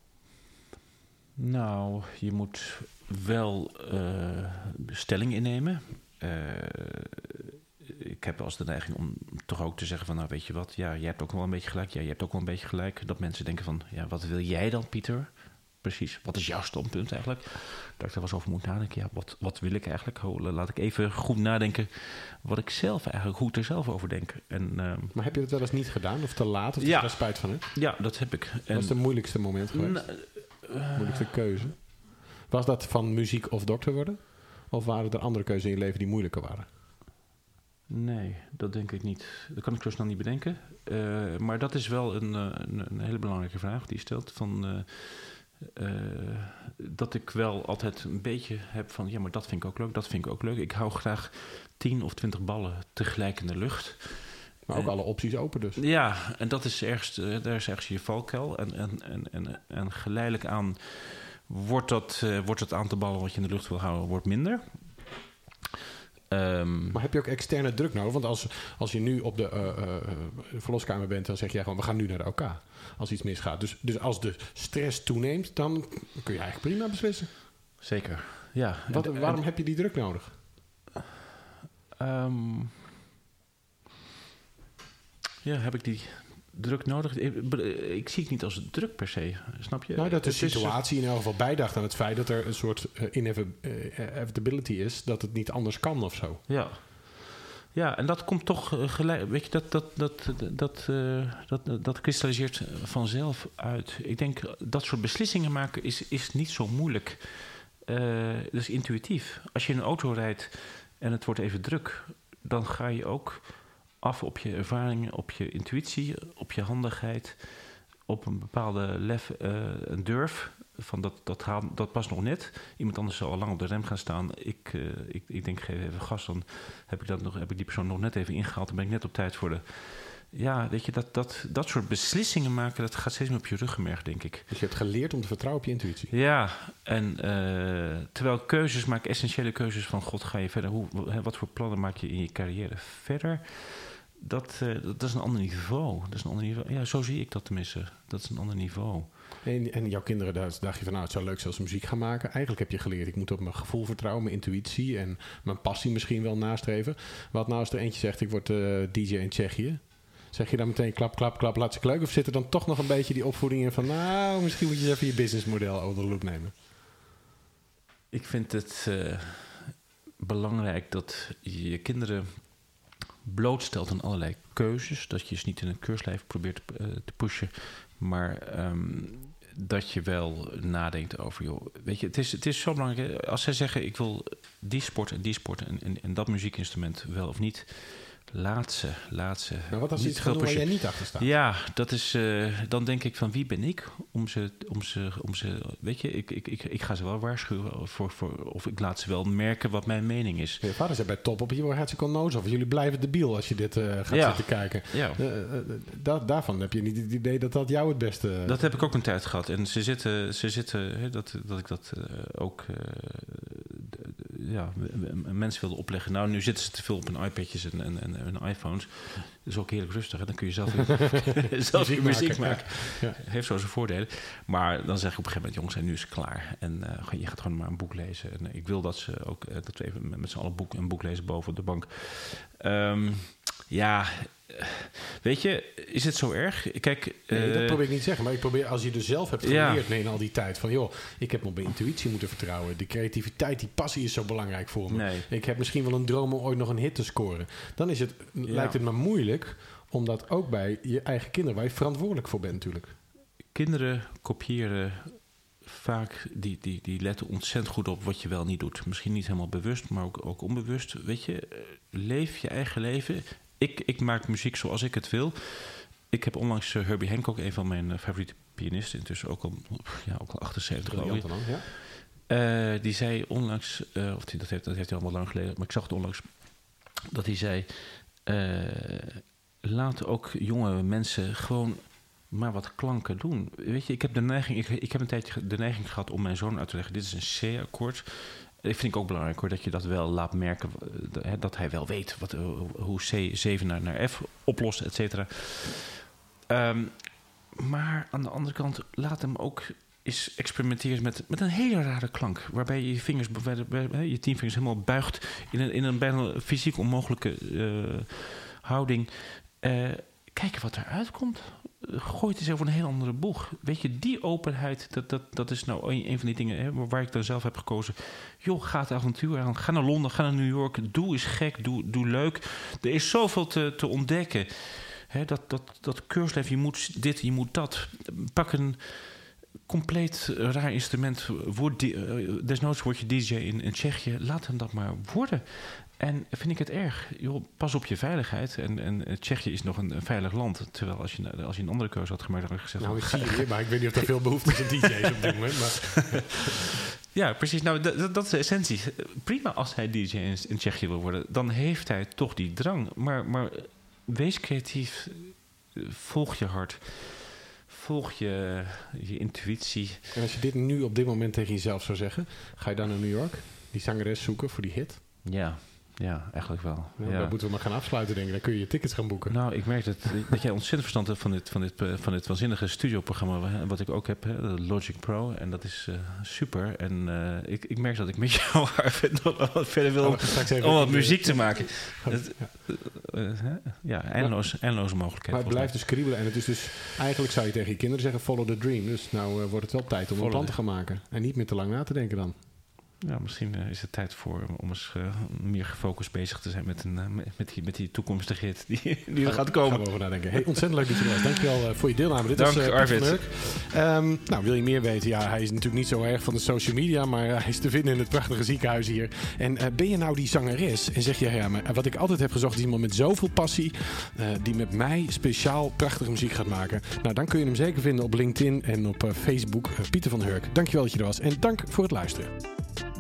Nou, je moet wel uh, stelling innemen... Uh, ik heb als de neiging om toch ook te zeggen van... nou, weet je wat, ja, jij hebt ook wel een beetje gelijk. Ja, je hebt ook wel een beetje gelijk. Dat mensen denken van, ja, wat wil jij dan, Pieter? Precies, wat is jouw standpunt eigenlijk? Dat ik daar wel eens over moet nadenken. Ja, wat, wat wil ik eigenlijk? Oh, laat ik even goed nadenken wat ik zelf eigenlijk, hoe ik er zelf over denk. En, uh, maar heb je dat wel eens niet gedaan? Of te laat? Of ja, je daar spijt van hebt? Ja, dat heb ik. Wat is het moeilijkste moment geweest? Uh, moeilijkste keuze? Was dat van muziek of dokter worden? Of waren er andere keuzes in je leven die moeilijker waren? Nee, dat denk ik niet. Dat kan ik zo snel niet bedenken. Uh, maar dat is wel een, een, een hele belangrijke vraag die je stelt. Van, uh, uh, dat ik wel altijd een beetje heb van... ja, maar dat vind ik ook leuk, dat vind ik ook leuk. Ik hou graag tien of twintig ballen tegelijk in de lucht. Maar ook uh, alle opties open dus. Ja, en dat is ergens, uh, daar is ergens je valkuil. En, en, en, en, en geleidelijk aan wordt dat, uh, wordt het aantal ballen wat je in de lucht wil houden wordt minder... Um, maar heb je ook externe druk nodig? Want als, als je nu op de uh, uh, verloskamer bent... dan zeg jij gewoon, we gaan nu naar de O K. Als iets misgaat. Dus, dus als de stress toeneemt... dan kun je eigenlijk prima beslissen. Zeker, ja. Wat, en, waarom en, heb je die druk nodig? Um, ja, heb ik die... druk nodig. Ik, ik zie het niet als druk per se, snap je? Nou, dat de situatie in elk geval bijdraagt aan het feit dat er een soort uh, inevitability is, dat het niet anders kan of zo. Ja, ja, en dat komt toch uh, gelijk, weet je, dat, dat, dat, dat, uh, dat, dat kristalliseert vanzelf uit. Ik denk, dat soort beslissingen maken is, is niet zo moeilijk. Uh, dat is intuïtief. Als je in een auto rijdt en het wordt even druk, dan ga je ook af op je ervaringen, op je intuïtie, op je handigheid, op een bepaalde lef, uh, een durf. Van dat, dat, gaat, dat past nog net. Iemand anders zal al lang op de rem gaan staan. Ik, uh, ik, ik denk, geef even gas, dan heb ik, dat nog, heb ik die persoon nog net even ingehaald. Dan ben ik net op tijd voor de... Ja, weet je, dat, dat, dat soort beslissingen maken, dat gaat steeds meer op je ruggenmerg, denk ik. Dus je hebt geleerd om te vertrouwen op je intuïtie. Ja, en uh, terwijl keuzes maken, essentiële keuzes van... God, ga je verder? Hoe, wat voor plannen maak je in je carrière verder? Dat, uh, dat is een ander niveau. Dat is een ander niveau. Ja, zo zie ik dat tenminste. Dat is een ander niveau. En, en jouw kinderen, daar dacht je van... nou, het zou leuk zijn als ze muziek gaan maken. Eigenlijk heb je geleerd, ik moet op mijn gevoel vertrouwen... mijn intuïtie en mijn passie misschien wel nastreven. Wat nou als er eentje zegt, ik word uh, D J in Tsjechië... Zeg je dan meteen klap, klap, klap, laat ze leuk? Of zit er dan toch nog een beetje die opvoeding in van... nou, misschien moet je even je businessmodel onder de loep nemen? Ik vind het uh, belangrijk dat je je kinderen blootstelt aan allerlei keuzes. Dat je dus niet in een keurslijf probeert te, uh, te pushen. Maar um, dat je wel nadenkt over, joh, weet je, het is, het is zo belangrijk. Als zij zeggen, ik wil die sport en die sport en, en, en dat muziekinstrument wel of niet. Laat ze, laat ze. Maar wat als iets gaan doen waar jij niet achter staat? Ja, dat is, uh, dan denk ik van wie ben ik om ze, om ze, om ze weet je, ik, ik, ik, ik ga ze wel waarschuwen voor, voor, of ik laat ze wel merken wat mijn mening is. Je vader zei bij Top op, je wordt hartstikke onnozel. Of jullie blijven debiel als je dit uh, gaat ja. zitten kijken. Ja. Uh, uh, da- daarvan heb je niet het idee dat dat jou het beste... Uh, dat heb ik ook een tijd gehad. En ze zitten, ze zitten hè, dat, dat ik dat uh, ook... Uh, ja, mensen wilden opleggen. Nou, nu zitten ze te veel op hun iPadjes en, en, en hun iPhones. Dat is ook heerlijk rustig. Hè? Dan kun je zelf weer, zelf muziek, muziek maken. Ja. Ja. Heeft zo zijn voordelen. Maar dan zeg ik op een gegeven moment, jongens, en nu is het klaar. En uh, je gaat gewoon maar een boek lezen. En ik wil dat ze ook, uh, dat we even met, met z'n allen boek, een boek lezen boven op de bank. Um, ja... Weet je, is het zo erg? Kijk, nee, uh, dat probeer ik niet te zeggen. Maar ik probeer, als je er zelf hebt geleerd ja. in al die tijd. Van joh, ik heb me op mijn intuïtie moeten vertrouwen. Die creativiteit, die passie is zo belangrijk voor me. Nee. Ik heb misschien wel een droom om ooit nog een hit te scoren. Dan is het, ja. lijkt het me moeilijk. Omdat ook bij je eigen kinderen, waar je verantwoordelijk voor bent natuurlijk. Kinderen kopiëren vaak, die, die, die letten ontzettend goed op wat je wel niet doet. Misschien niet helemaal bewust, maar ook, ook onbewust. Weet je, leef je eigen leven. Ik, ik maak muziek zoals ik het wil. Ik heb onlangs uh, Herbie Hancock, een van mijn uh, favoriete pianisten, intussen ook al, ja, ook al achtenzeventig geloof ik. Ja. Uh, die zei onlangs, uh, of die, dat, heeft, dat heeft hij al wel lang geleden, maar ik zag het onlangs, dat hij zei, uh, laat ook jonge mensen gewoon maar wat klanken doen. Weet je, ik heb de neiging, ik, ik heb een tijdje de neiging gehad om mijn zoon uit te leggen, dit is een C-akkoord. Dat vind ik ook belangrijk hoor, dat je dat wel laat merken, hè, dat hij wel weet wat, hoe C zeven naar, naar F oplost, et cetera. Um, maar aan de andere kant, laat hem ook eens experimenteren met, met een hele rare klank, waarbij je je vingers, je tien vingers helemaal buigt in een, in een bijna fysiek onmogelijke uh, houding. Uh, kijken wat eruit komt. Gooi het eens over een heel andere boeg. Weet je, die openheid, dat, dat, dat is nou een, een van die dingen hè, waar ik dan zelf heb gekozen. Joh, ga het avontuur aan. Ga naar Londen, ga naar New York. Doe eens gek, doe, doe leuk. Er is zoveel te, te ontdekken. Hè, dat, dat, dat keurslijf, je moet dit, je moet dat. Pak een compleet raar instrument. Word die, uh, desnoods word je D J in, in Tsjechië. Laat hem dat maar worden. En vind ik het erg? Joh, pas op je veiligheid. En, en Tsjechië is nog een, een veilig land. Terwijl als je, als je een andere keuze had gemaakt, had ik gezegd... Nou, ik zie je, maar ik weet niet of er veel behoefte is aan D J's op dit moment. Maar. Ja, precies. Nou, dat, dat is de essentie. Prima als hij D J in, in Tsjechië wil worden. Dan heeft hij toch die drang. Maar, maar wees creatief. Volg je hart. Volg je, je intuïtie. En als je dit nu op dit moment tegen jezelf zou zeggen... ga je dan naar New York? Die zangeres zoeken voor die hit? Ja. Ja, eigenlijk wel. Ja, ja. Dan moeten we maar gaan afsluiten, denk ik. Dan kun je je tickets gaan boeken. Nou, ik merk dat, dat jij ontzettend verstand hebt van dit, van dit, van dit waanzinnige studioprogramma wat ik ook heb, hè, Logic Pro. En dat is uh, super. En uh, ik, ik merk dat ik met jou nog wat verder wil om, om wat muziek te maken. Dat, uh, uh, ja, eindeloos, eindeloze mogelijkheden. Maar het blijft dus kriebelen. En het is dus, eigenlijk zou je tegen je kinderen zeggen, follow the dream. Dus nou uh, wordt het wel tijd om een plan te gaan maken. En niet meer te lang na te denken dan. Ja, misschien uh, is het tijd voor om eens uh, meer gefocust bezig te zijn met, een, uh, met, met, die, met die toekomstige hit die, die er gaat komen. Gaan we over nadenken. Hey, ontzettend leuk dat je er was. Dankjewel uh, voor je deelname. Dit Dank, is uh, Arvid. Um, nou, wil je meer weten? Ja, hij is natuurlijk niet zo erg van de social media, maar uh, hij is te vinden in het prachtige ziekenhuis hier. En uh, ben je nou die zangeres? En zeg je, ja, maar wat ik altijd heb gezocht is iemand met zoveel passie, uh, die met mij speciaal prachtige muziek gaat maken. Nou, dan kun je hem zeker vinden op LinkedIn en op uh, Facebook. Uh, Pieter van Hurk. Dankjewel dat je er was en dank voor het luisteren.